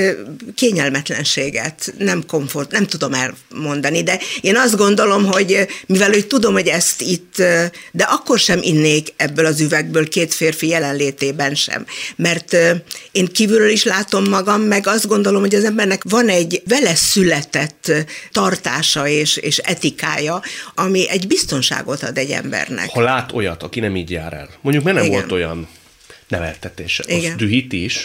kényelmetlenséget, nem komfort, nem tudom elmondani, de én azt gondolom, hogy mivel hogy tudom, hogy ezt itt, de akkor sem innék ebből az üvegből két férfi jelenlétében sem, mert én kívülről is látom magam, meg azt gondolom, hogy az embernek van egy vele született tartása és, és etikája, ami egy biztonságot ad egy embernek. Ha lát olyat, aki nem így jár el, mondjuk mert nem Igen. volt olyan neveltetése, az Igen. dühít is?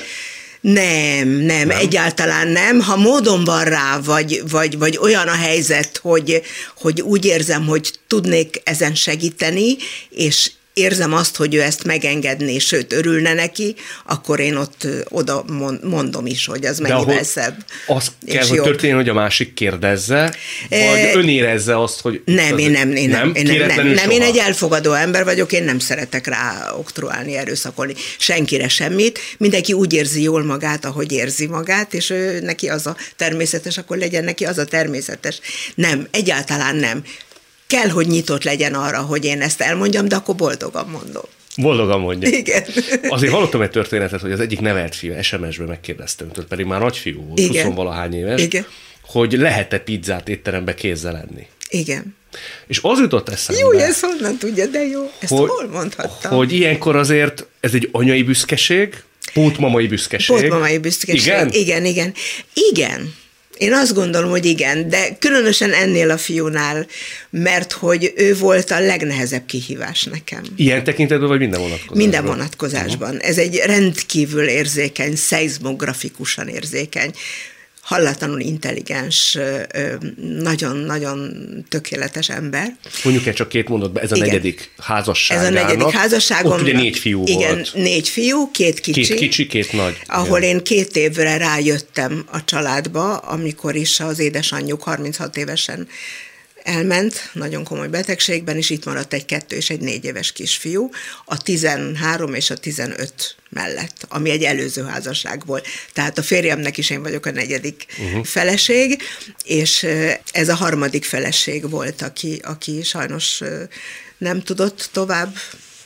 Nem, nem, nem, egyáltalán nem. Ha módon van rá, vagy, vagy, vagy olyan a helyzet, hogy, hogy úgy érzem, hogy tudnék ezen segíteni, és érzem azt, hogy ő ezt megengedné, sőt, örülne neki, akkor én ott oda mondom is, hogy az mennyivel szebb. Az kell, hogy történjen, hogy a másik kérdezze, vagy ön érezze azt, hogy... Nem, én nem, én nem, én nem, nem, nem, én egy elfogadó ember vagyok, én nem szeretek rá oktroálni, erőszakolni senkire semmit. Mindenki úgy érzi jól magát, ahogy érzi magát, és ő, neki az a természetes, akkor legyen neki az a természetes. Nem, egyáltalán nem. Kell, hogy nyitott legyen arra, hogy én ezt elmondjam, de akkor boldogan mondom. Boldogan mondja. Igen. Azért hallottam egy történetet, hogy az egyik nevelt fiú es em es-ben megkérdezte öntől, pedig már nagyfiú volt, huszonvalahány éves, Igen. hogy lehet-e pizzát étterembe kézzel enni. Igen. És az jutott eszembe. Jó, ezt honnan tudja, de jó. Ezt hogy, hol mondhattam? Hogy ilyenkor azért ez egy anyai büszkeség, pótmamai büszkeség. Pótmamai büszkeség. Igen? Igen, igen. Igen. Én azt gondolom, hogy igen, de különösen ennél a fiúnál, mert hogy ő volt a legnehezebb kihívás nekem. Ilyen tekintetben, vagy minden vonatkozásban? Minden vonatkozásban. Ez egy rendkívül érzékeny, szeizmografikusan érzékeny, hallatlanul intelligens, nagyon-nagyon tökéletes ember. Mondjuk egy csak két mondatban, ez a igen. negyedik házasságának. Ez a negyedik házasságom. Ott ugye négy fiú igen, volt. Igen, négy fiú, két kicsi. Két kicsi, két nagy. Ahol igen. én két évre rájöttem a családba, amikor is az édesanyjuk harminchat évesen elment, nagyon komoly betegségben, és itt maradt egy kettő és egy négy éves kisfiú, a tizenhárom és a tizenöt mellett, ami egy előző házasság volt. Tehát a férjemnek is én vagyok a negyedik uh-huh. feleség, és ez a harmadik feleség volt, aki, aki sajnos nem tudott tovább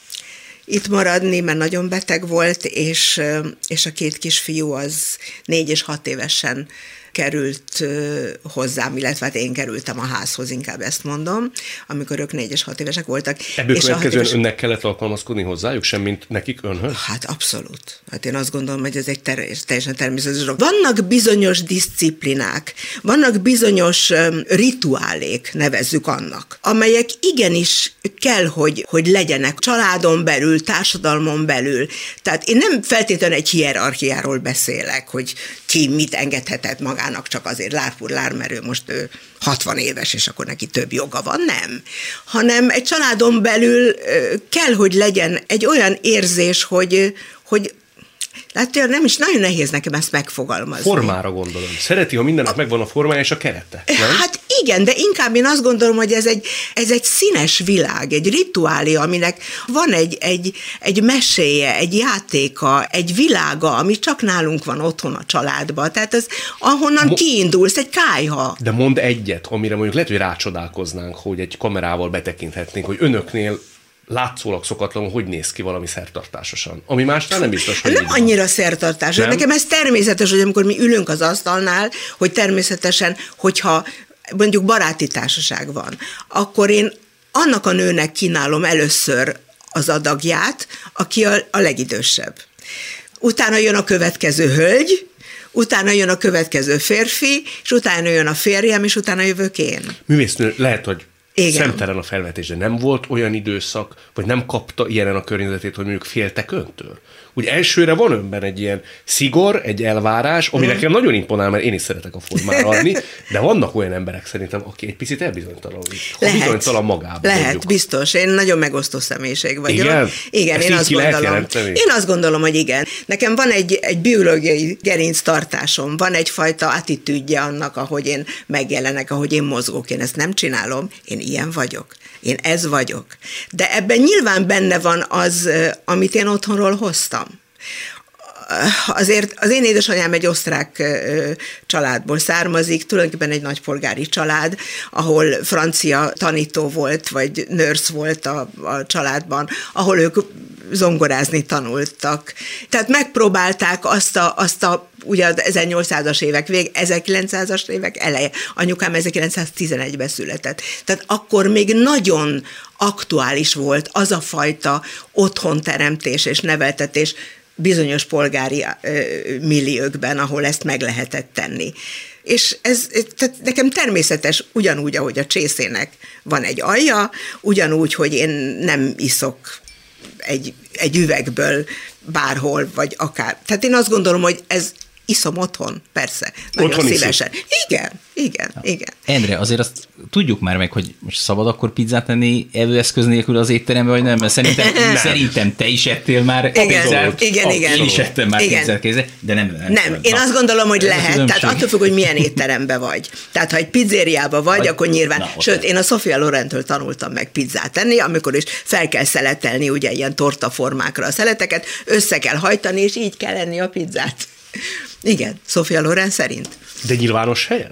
itt maradni, mert nagyon beteg volt, és, és a két kisfiú az négy és hat évesen került hozzám, illetve hát én kerültem a házhoz, inkább ezt mondom, amikor ők négy és hat évesek voltak. Ebből és következően éves... önnek kellett alkalmazkodni hozzájuk, semmint nekik önhöz? Hát abszolút. Hát én azt gondolom, hogy ez egy ter- teljesen természetes dolog. Vannak bizonyos disziplinák, vannak bizonyos um, rituálék, nevezzük annak, amelyek igenis kell, hogy, hogy legyenek családon belül, társadalmon belül. Tehát én nem feltétlenül egy hierarchiáról beszélek, hogy ki mit engedhetett magának csak azért lárpur lár, mert ő most ő hatvan éves, és akkor neki több joga van, nem. Hanem egy családon belül kell, hogy legyen egy olyan érzés, hogy, hogy látja, nem is nagyon nehéz nekem ezt megfogalmazni. Formára gondolom. Szereti, ha mindennek a... megvan a formája és a kerete, nem? Hát igen, de inkább én azt gondolom, hogy ez egy, ez egy színes világ, egy rituálé, aminek van egy, egy, egy meséje, egy játéka, egy világa, ami csak nálunk van otthon a családban. Tehát ez ahonnan Mo- kiindulsz, egy kályha. De mondd egyet, amire mondjuk lehet, hogy rácsodálkoznánk, hogy egy kamerával betekinthetnénk, hogy önöknél látszólag szokatlanul, hogy néz ki valami szertartásosan. Ami másnál nem biztos, hogy nem annyira szertartásos. Nekem ez természetes, hogy amikor mi ülünk az asztalnál, hogy természetesen, hogyha mondjuk baráti társaság van, akkor én annak a nőnek kínálom először az adagját, aki a, a legidősebb. Utána jön a következő hölgy, utána jön a következő férfi, és utána jön a férjem, és utána jövök én. Művésznő, lehet, hogy Igen. Szemtelen a felvetés, de nem volt olyan időszak, vagy nem kapta ilyenen a környezetét, hogy mondjuk féltek öntől? Úgy elsőre van önben egy ilyen szigor, egy elvárás, ami mm. nekem nagyon imponál, mert én is szeretek a formára adni, de vannak olyan emberek szerintem, aki egy picit elbizonytalan, bizonytalan magában. Lehet, mondjuk. Biztos. Én nagyon megosztó személyiség vagyok. Igen? Igen, én azt gondolom. Én azt gondolom, hogy igen. Nekem van egy, egy biológiai gerinctartásom, van egyfajta attitűdje annak, ahogy én megjelenek, ahogy én mozgok. Én ezt nem csinálom, én ilyen vagyok. Én ez vagyok. De ebben nyilván benne van az, amit én otthonról hoztam. Azért az én édesanyám egy osztrák családból származik, tulajdonképpen egy nagypolgári család, ahol francia tanító volt, vagy nurse volt a, a családban, ahol ők zongorázni tanultak. Tehát megpróbálták azt a, azt a ugye az ezernyolcszázas évek vég, ezerkilencszázas évek eleje. Anyukám ezerkilencszáztizenegyben született. Tehát akkor még nagyon aktuális volt az a fajta otthonteremtés és neveltetés bizonyos polgári ö, milliókben, ahol ezt meg lehetett tenni. És ez tehát nekem természetes, ugyanúgy, ahogy a csészének van egy alja, ugyanúgy, hogy én nem iszok egy, egy üvegből bárhol, vagy akár. Tehát én azt gondolom, hogy ez iszom otthon, persze. Nagyon otthon szívesen. Iszom. Igen, igen, ja. igen. Endre, azért azt tudjuk már meg, hogy most szabad akkor pizzát enni evőeszköz nélkül az étterembe, vagy nem? Mert szerintem, szerintem te is ettél már igen, pizzát. Igen, igen. Én is ettem már igen. pizzát kézzel, de nem. Nem, nem én na, azt gondolom, hogy lehet, tehát attól függ, hogy milyen étterembe vagy. Tehát ha egy pizzériába vagy, vagy akkor nyilván, na, sőt, én a Sofia Lorentől tanultam meg pizzát enni, amikor is fel kell szeletelni ugye ilyen tortaformákra a szeleteket, össze kell hajtani, és így kell enni a pizzát. Igen, Sofia Loren szerint. De nyilvános helyen?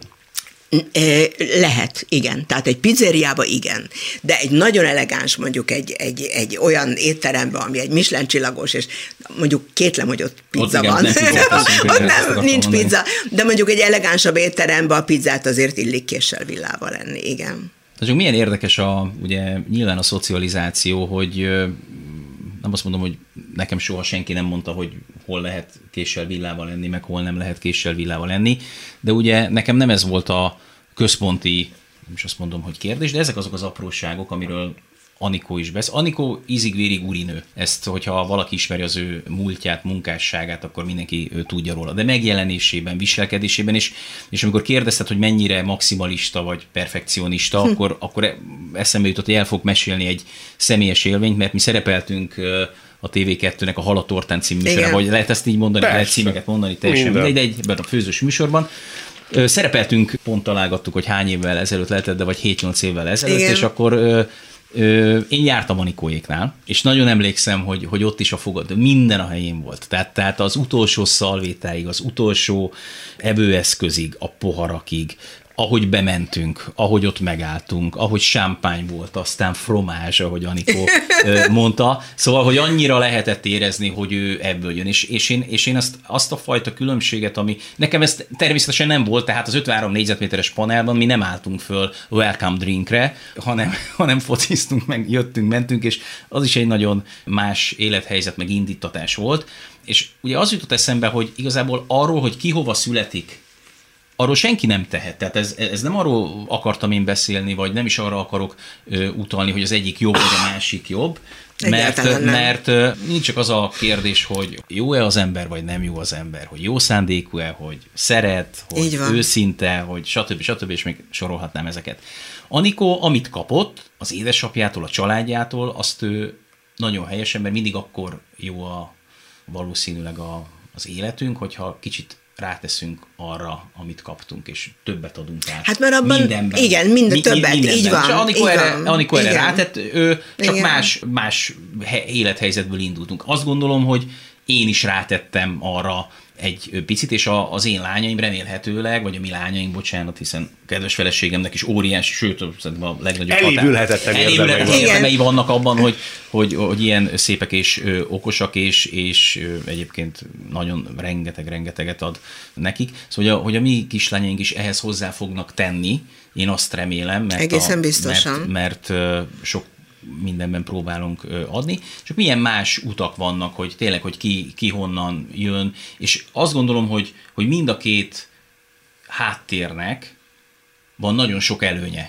Lehet, igen. Tehát egy pizzériába igen. De egy nagyon elegáns, mondjuk egy, egy, egy olyan étteremben, ami egy Michelin csillagos, és mondjuk két lemogyott pizza ott van. Ott nem, nincs pizza. De mondjuk egy elegánsabb étteremben a pizzát azért illik késsel villával enni, igen. Tehát milyen érdekes a, ugye nyilván a szocializáció, hogy nem azt mondom, hogy nekem soha senki nem mondta, hogy hol lehet késsel villával enni, meg hol nem lehet késsel villával enni, de ugye nekem nem ez volt a központi, nem is azt mondom, hogy kérdés, de ezek azok az apróságok, amiről Anikó is beszél. Anikó ízig-vérig úrinő. Ezt, hogyha valaki ismeri az ő múltját, munkásságát, akkor mindenki ő tudja róla. De megjelenésében, viselkedésében, és, és amikor kérdezted, hogy mennyire maximalista vagy perfekcionista, hm. akkor, akkor eszembe jutott, hogy el fog mesélni egy személyes élményt, mert mi szerepeltünk a té vé kettőnek a Hal a tortán című műsorban, vagy lehet ezt így mondani, Persze. lehet címeket mondani, teljesen mindegy, egyben a főzős műsorban. Szerepeltünk, pont találgattuk, hogy hány évvel ezelőtt lehetett, de vagy hét-nyolc évvel ezelőtt, Igen. és akkor Ö, én jártam Anikóéknál, és nagyon emlékszem, hogy, hogy ott is a fogad, minden a helyén volt. Tehát, tehát az utolsó szalvétáig, az utolsó evőeszközig, a poharakig, ahogy bementünk, ahogy ott megálltunk, ahogy sámpány volt, aztán fromázs, ahogy Anikó mondta. Szóval, hogy annyira lehetett érezni, hogy ő ebből jön. És, és én, és én azt, azt a fajta különbséget, ami nekem ez természetesen nem volt, tehát az ötvenhárom négyzetméteres panelban mi nem álltunk föl welcome drinkre, hanem, hanem fociztunk, meg jöttünk, mentünk, és az is egy nagyon más élethelyzet, meg indítatás volt. És ugye az jutott eszembe, hogy igazából arról, hogy ki hova születik, arról senki nem tehet. Tehát ez, ez nem arról akartam én beszélni, vagy nem is arra akarok ö, utalni, hogy az egyik jobb, vagy a másik jobb, mert, mert ö, nincs csak az a kérdés, hogy jó-e az ember, vagy nem jó az ember, hogy jó szándékú-e, hogy szeret, hogy őszinte, hogy stb. stb. És még sorolhatnám ezeket. Anikó, amit kapott az édesapjától, a családjától, azt ő nagyon helyesen, mert mindig akkor jó a, valószínűleg a, az életünk, hogyha kicsit ráteszünk arra, amit kaptunk, és többet adunk át. Hát mert abban, mindenben. Igen, minden mi, többet, mindenben. Így van. És Anikó erre, Anikó erre rátett, ő csak más, más élethelyzetből indultunk. Azt gondolom, hogy én is rátettem arra egy picit, és a, az én lányaim remélhetőleg, vagy a mi lányaink, bocsánat, hiszen kedves feleségemnek is óriási, sőt, a legnagyobb elévülhetetlen érdemei vannak abban, hogy, hogy, hogy ilyen szépek és ö, okosak, és, és ö, egyébként nagyon rengeteg-rengeteget ad nekik. Szóval, hogy a, hogy a mi kislányaink is ehhez hozzá fognak tenni, én azt remélem, mert, Egészen a, biztosan. mert, mert ö, sok mindenben próbálunk adni, csak milyen más utak vannak, hogy tényleg, hogy ki, ki honnan jön, és azt gondolom, hogy, hogy mind a két háttérnek van nagyon sok előnye.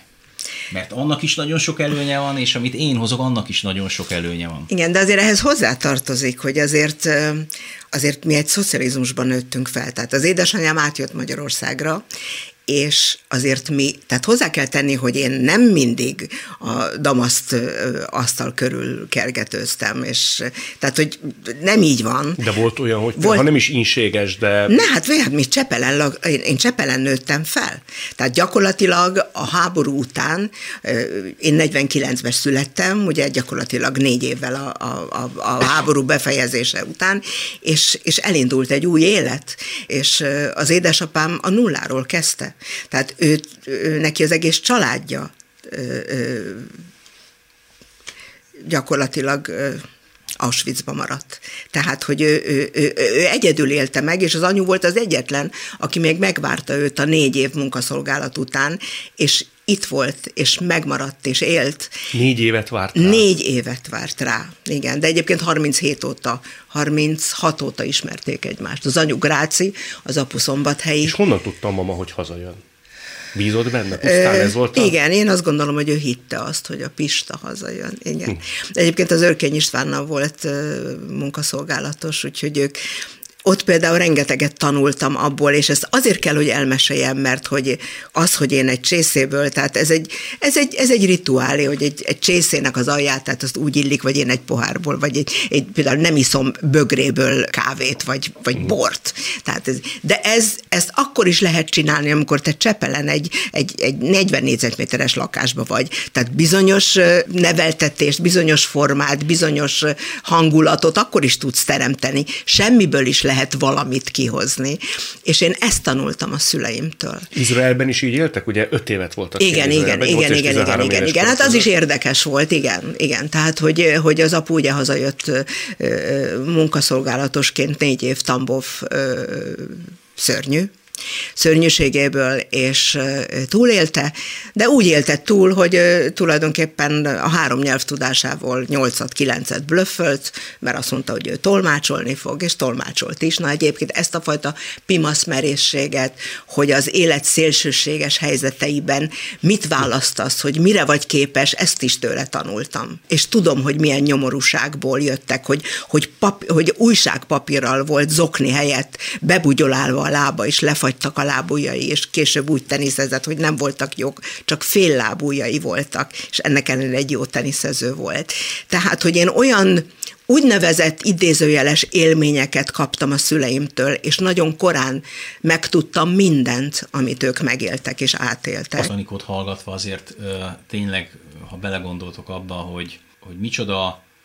Mert annak is nagyon sok előnye van, és amit én hozok, annak is nagyon sok előnye van. Igen, de azért ehhez hozzátartozik, hogy azért, azért mi egy szocializmusban nőttünk fel. Tehát az édesanyám átjött Magyarországra, és azért mi, tehát hozzá kell tenni, hogy én nem mindig a damaszt asztal körül kergetőztem, és tehát, hogy nem így van. De volt olyan, hogy volt, ha nem is inséges, de... Ne, hát, hát mi Csepelen, én, én Csepelen nőttem fel. Tehát gyakorlatilag a háború után, én negyvenkilencben születtem, ugye gyakorlatilag négy évvel a, a, a háború befejezése után, és, és elindult egy új élet, és az édesapám a nulláról kezdte. Tehát ő, ő, neki az egész családja ö, ö, gyakorlatilag ö, Auschwitzba maradt. Tehát, hogy ő, ő, ő, ő egyedül élte meg, és az anyu volt az egyetlen, aki még megvárta őt a négy év munkaszolgálat után, és itt volt, és megmaradt, és élt. Négy évet várt rá. Négy évet várt rá, igen. De egyébként harminchét óta, harminchat óta ismerték egymást. Az anyu Gráci, az apu Szombathelyi. És honnan tudtam, mama, hogy hazajön? Bízott benne? Pusztán ez volt a... Igen, én azt gondolom, hogy ő hitte azt, hogy a Pista hazajön. Igen. Hm. Egyébként az Örkény Istvánnal volt uh, munkaszolgálatos, úgyhogy ők ott például rengeteget tanultam abból, és ezt azért kell, hogy elmeséljem, mert hogy az, hogy én egy csészéből, tehát ez egy, ez egy, ez egy rituálé, hogy egy, egy csészének az alját, tehát azt úgy illik, vagy én egy pohárból, vagy egy, egy például nem iszom bögréből kávét, vagy, vagy bort. Tehát ez, de ez, ezt akkor is lehet csinálni, amikor te Csepelen egy, egy, egy negyven négyzetméteres lakásba vagy. Tehát bizonyos neveltetést, bizonyos formát, bizonyos hangulatot akkor is tudsz teremteni. Semmiből is lehet valamit kihozni. És én ezt tanultam a szüleimtől. Izraelben is így éltek? Ugye öt évet voltak. Igen, igen, igen, igen, igen, igen, igen. Hát az is érdekes volt, igen, igen. Tehát, hogy, hogy az apu ugye hazajött munkaszolgálatosként négy év Tambov szörnyű, szörnyűségéből, és túlélte, de úgy élte túl, hogy tulajdonképpen a három nyelv tudásával nyolcat-kilencet blöffölt, mert azt mondta, hogy ő tolmácsolni fog, és tolmácsolt is. Na egyébként ezt a fajta pimaszmerészséget, hogy az élet szélsőséges helyzeteiben mit választasz, hogy mire vagy képes, ezt is tőle tanultam. És tudom, hogy milyen nyomorúságból jöttek, hogy, hogy, pap, hogy újságpapírral volt zokni helyett bebugyolálva a lába, és lefagytak a lábujjai, és később úgy teniszezett, hogy nem voltak jók, csak fél lábujjai voltak, és ennek ellenére egy jó teniszező volt. Tehát, hogy én olyan úgynevezett idézőjeles élményeket kaptam a szüleimtől, és nagyon korán megtudtam mindent, amit ők megéltek és átéltek. Az Anikót hallgatva azért tényleg, ha belegondoltok abba, hogy, hogy micsoda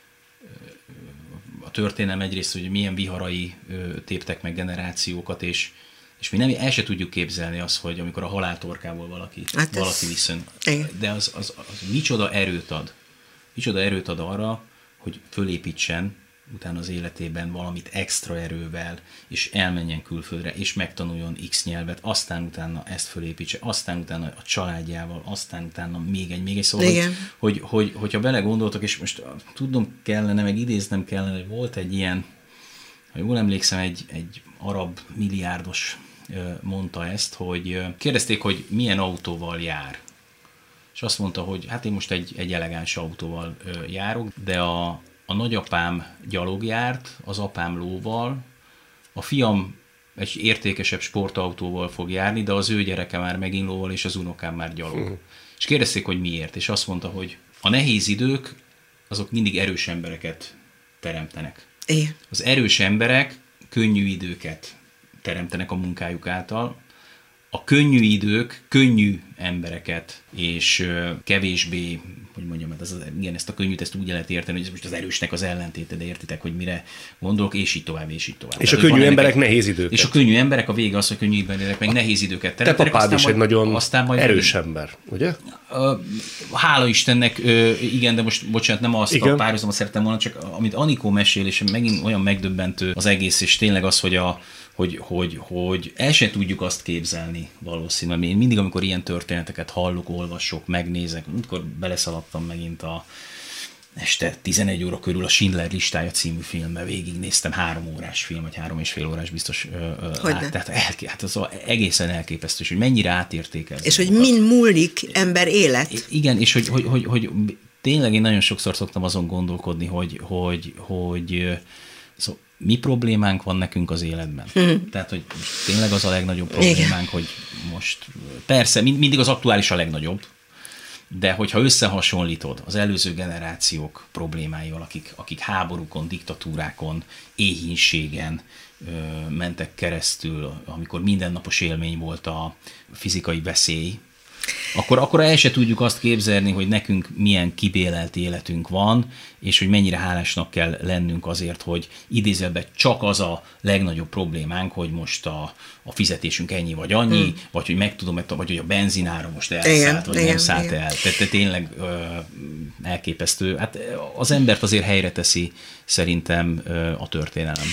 a történelem egyrészt, hogy milyen viharai téptek meg generációkat, és És mi nem, el se tudjuk képzelni azt, hogy amikor a haláltorkából valaki, hát valaki viszont. De az, az, az micsoda erőt ad. Micsoda erőt ad arra, hogy fölépítsen utána az életében valamit extra erővel, és elmenjen külföldre, és megtanuljon X nyelvet, aztán utána ezt fölépítse, aztán utána a családjával, aztán utána még egy, még egy szóval, hogy, hogy, hogy, hogyha belegondoltok, és most tudnom kellene, meg idéznem kellene, hogy volt egy ilyen, ha jól emlékszem, egy, egy arab milliárdos mondta ezt, hogy kérdezték, hogy milyen autóval jár. És azt mondta, hogy hát én most egy, egy elegáns autóval járok, de a, a nagyapám gyalog járt, az apám lóval, a fiam egy értékesebb sportautóval fog járni, de az ő gyereke már megint lóval, és az unokám már gyalog. Uh-huh. És kérdezték, hogy miért, és azt mondta, hogy a nehéz idők, azok mindig erős embereket teremtenek. Igen. Az erős emberek könnyű időket teremtenek a munkájuk által. A könnyű idők könnyű embereket, és kevésbé, hogy mondjam, ez az, igen, ezt a könnyűt ezt úgy lehet érteni, hogy ez most az erősnek az ellentéte, de értitek, hogy mire gondolok, és így tovább, és így tovább. És tehát, a könnyű emberek egy, nehéz időket. És a könnyű emberek, a vége az, hogy könnyű emberek meg nehéz időket teremtenek. Te papád is egy nagyon majd erős majd, ember, ugye? Hála Istennek, igen, de most bocsánat, nem azt igen. a párhuzamot szerettem volna, csak amit Anikó mesél, és megint olyan megdöbbentő az egész, és tényleg az, hogy a Hogy, hogy, hogy el sem tudjuk azt képzelni valószínűleg. Én mindig, amikor ilyen történeteket hallok, olvasok, megnézek, amikor beleszaladtam megint a, este tizenegy óra körül a Schindler listája című filmbe végignéztem, három órás film, vagy három és fél órás biztos lát, tehát elké, hát az egészen elképesztő, hogy mennyire átértékel. És hogy mind múlik ember élet. Igen, és hogy, hogy, hogy, hogy tényleg én nagyon sokszor szoktam azon gondolkodni, hogy, hogy, hogy szóval mi problémánk van nekünk az életben. Hmm. Tehát, hogy tényleg az a legnagyobb problémánk, igen, hogy most persze mindig az aktuális a legnagyobb, de hogyha összehasonlítod az előző generációk problémáival, akik, akik háborúkon, diktatúrákon, éhínségen ö, mentek keresztül, amikor mindennapos élmény volt a fizikai veszély, akkor, akkor el se tudjuk azt képzelni, hogy nekünk milyen kibélelt életünk van, és hogy mennyire hálásnak kell lennünk azért, hogy idézőben csak az a legnagyobb problémánk, hogy most a, a fizetésünk ennyi vagy annyi, hmm. vagy hogy megtudom, vagy hogy a benzinára most elszállt, igen, vagy igen, nem szállt igen. el. Tehát te tényleg ö, elképesztő. Hát az embert azért helyre teszi szerintem ö, a történelem.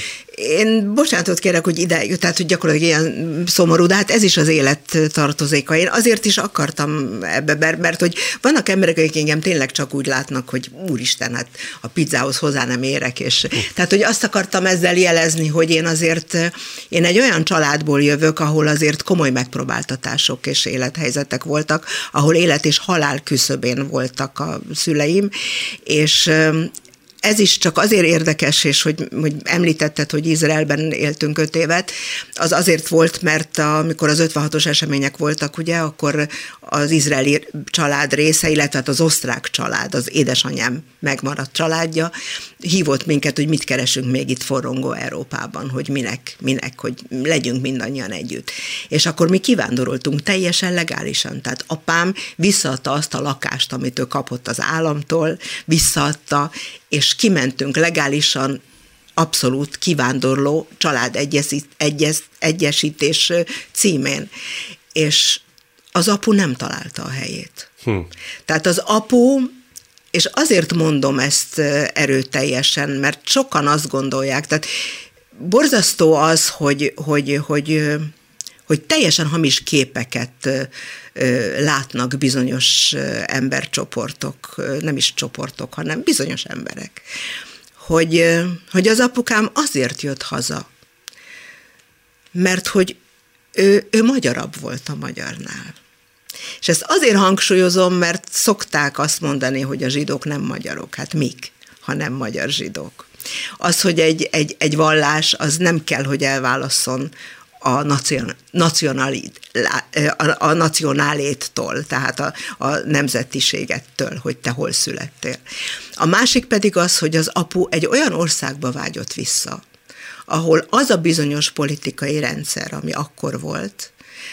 Én bocsánatot kérek, hogy ide, tehát hogy gyakorlatilag ilyen szomorú, de hát ez is az élet tartozéka. Én azért is akartam ebbe, mert, mert hogy vannak emberek, akik engem tényleg csak úgy látnak, hogy úristen, hát a pizzához hozzá nem érek, és uh. tehát, hogy azt akartam ezzel jelezni, hogy én azért, én egy olyan családból jövök, ahol azért komoly megpróbáltatások és élethelyzetek voltak, ahol élet és halál küszöbén voltak a szüleim, és ez is csak azért érdekes, és hogy, hogy említetted, hogy Izraelben éltünk öt évet, az azért volt, mert amikor az ötvenhatos események voltak, ugye, akkor az izraeli család része, illetve az osztrák család, az édesanyám megmaradt családja, hívott minket, hogy mit keresünk még itt forrongó Európában, hogy minek, minek, hogy legyünk mindannyian együtt. És akkor mi kivándoroltunk teljesen legálisan, tehát apám visszaadta azt a lakást, amit ő kapott az államtól, visszaadta, és kimentünk legálisan, abszolút kivándorló családegyesítés címén. És az apu nem találta a helyét. Hm. Tehát az apu, és azért mondom ezt erőteljesen, mert sokan azt gondolják, tehát borzasztó az, hogy, hogy, hogy, hogy teljesen hamis képeket látnak bizonyos embercsoportok, nem is csoportok, hanem bizonyos emberek, hogy, hogy az apukám azért jött haza, mert hogy ő, ő magyarabb volt a magyarnál. És ezt azért hangsúlyozom, mert szokták azt mondani, hogy a zsidók nem magyarok. Hát mik, ha nem magyar zsidók? Az, hogy egy, egy, egy vallás, az nem kell, hogy elválasszon a, nacion, nacionalit, a, a nacionáléttól, tehát a, a nemzetiségettől, hogy te hol születtél. A másik pedig az, hogy az apu egy olyan országba vágyott vissza, ahol az a bizonyos politikai rendszer, ami akkor volt,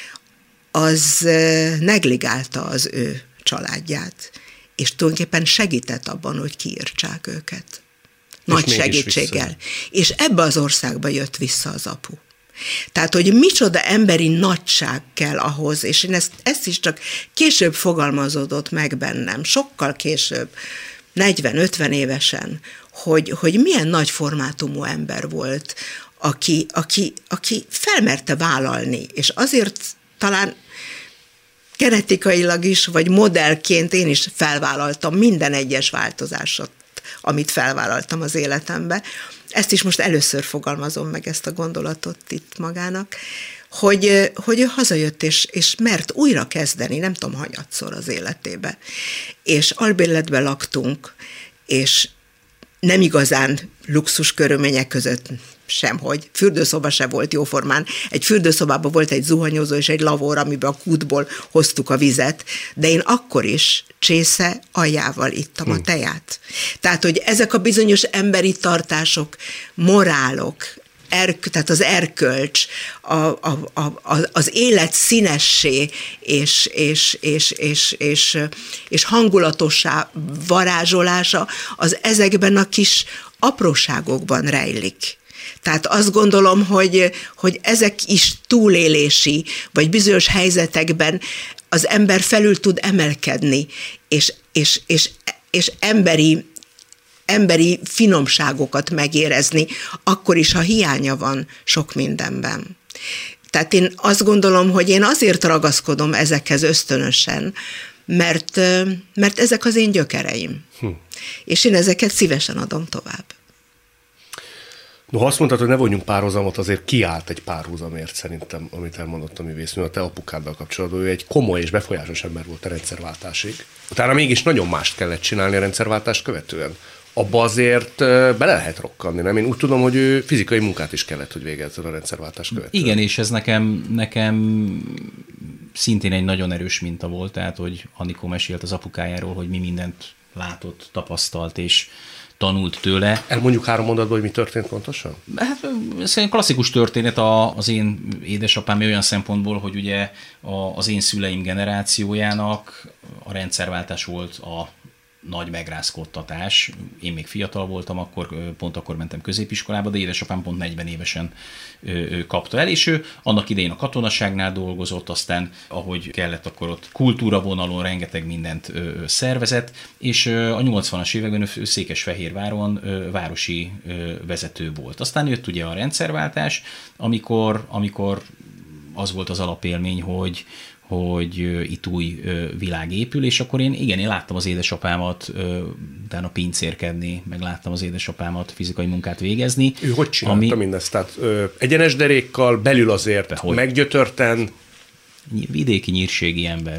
az negligálta az ő családját, és tulajdonképpen segített abban, hogy kiírtsák őket. Nagy segítséggel. És ebbe az országba jött vissza az apu. Tehát, hogy micsoda emberi nagyság kell ahhoz, és én ezt, ezt is csak később fogalmazódott meg bennem, sokkal később, negyven-ötven évesen, hogy, hogy milyen nagy formátumú ember volt, aki, aki, aki felmerte vállalni, és azért talán genetikailag is, vagy modellként én is felvállaltam minden egyes változásot, amit felvállaltam az életembe. Ezt is most először fogalmazom meg, ezt a gondolatot itt magának, hogy, hogy ő hazajött, és, és mert újra kezdeni, nem tudom, hanyatszor az életébe. És albérletben laktunk, és nem igazán luxus körülmények között semhogy. Fürdőszoba se volt jóformán. Egy fürdőszobában volt egy zuhanyozó és egy lavór, amiben a kútból hoztuk a vizet, de én akkor is csésze aljával ittam a teját. Tehát, hogy ezek a bizonyos emberi tartások, morálok, erk, tehát az erkölcs, a, a, a, az élet színessé és, és, és, és, és, és hangulatossá varázsolása, az ezekben a kis apróságokban rejlik. Tehát azt gondolom, hogy, hogy ezek is túlélési, vagy bizonyos helyzetekben az ember felül tud emelkedni, és, és, és, és emberi, emberi finomságokat megérezni, akkor is, ha hiánya van sok mindenben. Tehát én azt gondolom, hogy én azért ragaszkodom ezekhez ösztönösen, mert, mert ezek az én gyökereim. Hm. És én ezeket szívesen adom tovább. No, ha azt mondtad, hogy ne vonjunk párhuzamot, azért kiállt egy párhuzamért szerintem, amit elmondott a művésznő, a te apukáddal kapcsolatban. Ő egy komoly és befolyásos ember volt a rendszerváltásig. Utána mégis nagyon mást kellett csinálni a rendszerváltást követően. Abba azért bele lehet rokkanni, nem? Én úgy tudom, hogy ő fizikai munkát is kellett, hogy végezzen a rendszerváltást követően. Igen, és ez nekem, nekem szintén egy nagyon erős minta volt, tehát, hogy Anikó mesélt az apukájáról, hogy mi mindent látott, tapasztalt és tanult tőle. Elmondjuk három mondatban, hogy mi történt pontosan? Hát ez egy klasszikus történet az én édesapám olyan szempontból, hogy ugye az én szüleim generációjának a rendszerváltás volt a nagy megrázkódtatás. Én még fiatal voltam, akkor, pont akkor mentem középiskolába, de édesapám pont negyven évesen kapta el, és ő annak idején a katonaságnál dolgozott, aztán ahogy kellett, akkor ott kultúra vonalon rengeteg mindent szervezett, és a nyolcvanas években ő Székesfehérváron városi vezető volt. Aztán jött ugye a rendszerváltás, amikor, amikor az volt az alapélmény, hogy hogy itt új világ épül, és akkor én igen, én láttam az édesapámat utána pincérkedni, meg láttam az édesapámat fizikai munkát végezni. Ő hogy csinálta ami... mindezt? Tehát ö, egyenes derékkal, belül azért meggyötörten? Vidéki nyírségi ember.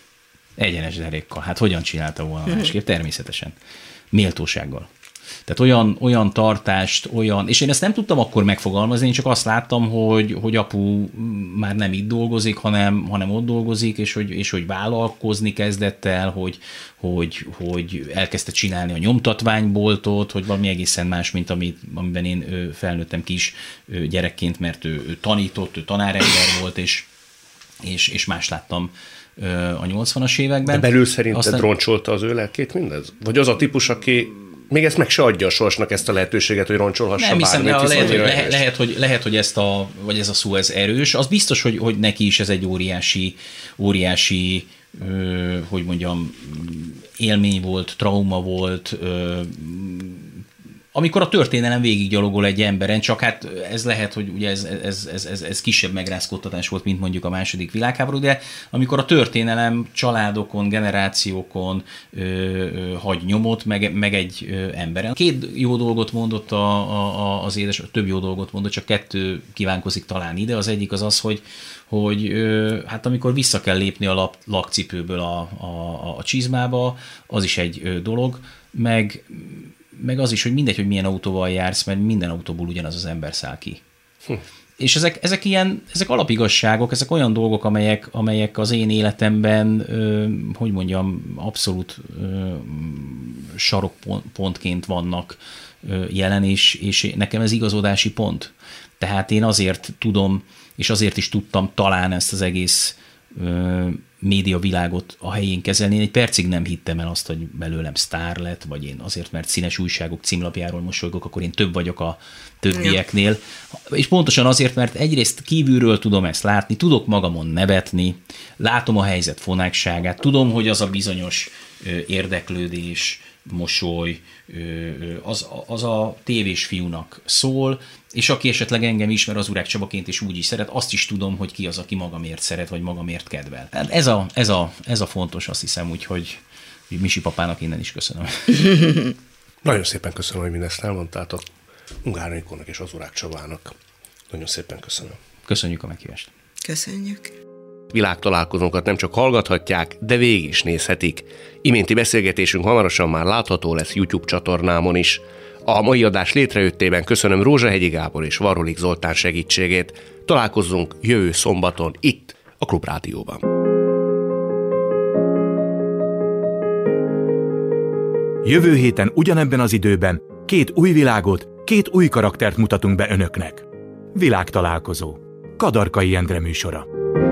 Egyenes derékkal. Hát hogyan csinálta volna másképp? Természetesen. Méltósággal. Tehát olyan, olyan tartást, olyan, és én ezt nem tudtam akkor megfogalmazni, én csak azt láttam, hogy, hogy apu már nem itt dolgozik, hanem, hanem ott dolgozik, és hogy, és hogy vállalkozni kezdett el, hogy, hogy, hogy elkezdte csinálni a nyomtatványboltot, hogy valami egészen más, mint amit, amiben én felnőttem kis gyerekként, mert ő, ő tanított, ő tanárember volt, és, és, és más láttam a nyolcvanas években. De belül szerinted Aztán... roncsolta az ő lelkét mindez? Vagy az a típus, aki még ezt meg se adja a sorsnak, ezt a lehetőséget, hogy roncsolhassa nem, bármit. Nem, lehet, hogy, lehet, lehet, hogy, lehet, hogy ezt a, vagy ez a szó, ez erős. Az biztos, hogy, hogy neki is ez egy óriási, óriási ö, hogy mondjam, élmény volt, trauma volt, ö, amikor a történelem végiggyalogol egy emberen, csak hát ez lehet, hogy ugye ez, ez, ez, ez, ez kisebb megrázkódtatás volt, mint mondjuk a második világháború, de amikor a történelem családokon, generációkon ö, ö, hagy nyomot, meg, meg egy ö, emberen. Két jó dolgot mondott a, a, az édes, több jó dolgot mondott, csak kettő kívánkozik talán ide. Az egyik az az, hogy, hogy ö, hát amikor vissza kell lépni a lap, lakcipőből a, a, a csizmába, az is egy ö, dolog, meg meg az is, hogy mindegy, hogy milyen autóval jársz, mert minden autóból ugyanaz az ember száll ki. Hm. És ezek, ezek ilyen, ezek alapigazságok, ezek olyan dolgok, amelyek, amelyek az én életemben, ö, hogy mondjam, abszolút ö, sarokpontként vannak ö, jelen, és, és nekem ez igazodási pont. Tehát én azért tudom, és azért is tudtam talán ezt az egész ö, médiavilágot a helyén kezelni. Én egy percig nem hittem el azt, hogy belőlem sztár lett, vagy én azért, mert színes újságok címlapjáról mosolygok, akkor én több vagyok a többieknél. Ja. És pontosan azért, mert egyrészt kívülről tudom ezt látni, tudok magamon nevetni, látom a helyzet fonákságát, tudom, hogy az a bizonyos érdeklődés, mosoly, az, az a tévés fiúnak szól, és aki esetleg engem ismer az Urák Csabaként és úgy is szeret, azt is tudom, hogy ki az, aki magamért szeret, vagy magamért kedvel. Ez a, ez a, ez a fontos, azt hiszem, úgyhogy Misi papának innen is köszönöm. Nagyon szépen köszönöm, hogy mindezt elmondtátok. Ungár Anikónak és az Urák Csabának. Nagyon szépen köszönöm. Köszönjük a meghívást. Köszönjük. Világtalálkozónkat nem csak hallgathatják, de végig is nézhetik. Iménti beszélgetésünk hamarosan már látható lesz YouTube csatornámon is. A mai adás létrejöttében köszönöm Rózsahegyi Gábor és Varrolik Zoltán segítségét. Találkozzunk jövő szombaton itt, a Klubrádióban. Jövő héten ugyanebben az időben két új világot, két új karaktert mutatunk be önöknek. Világtalálkozó. Kadarkai Endre műsora.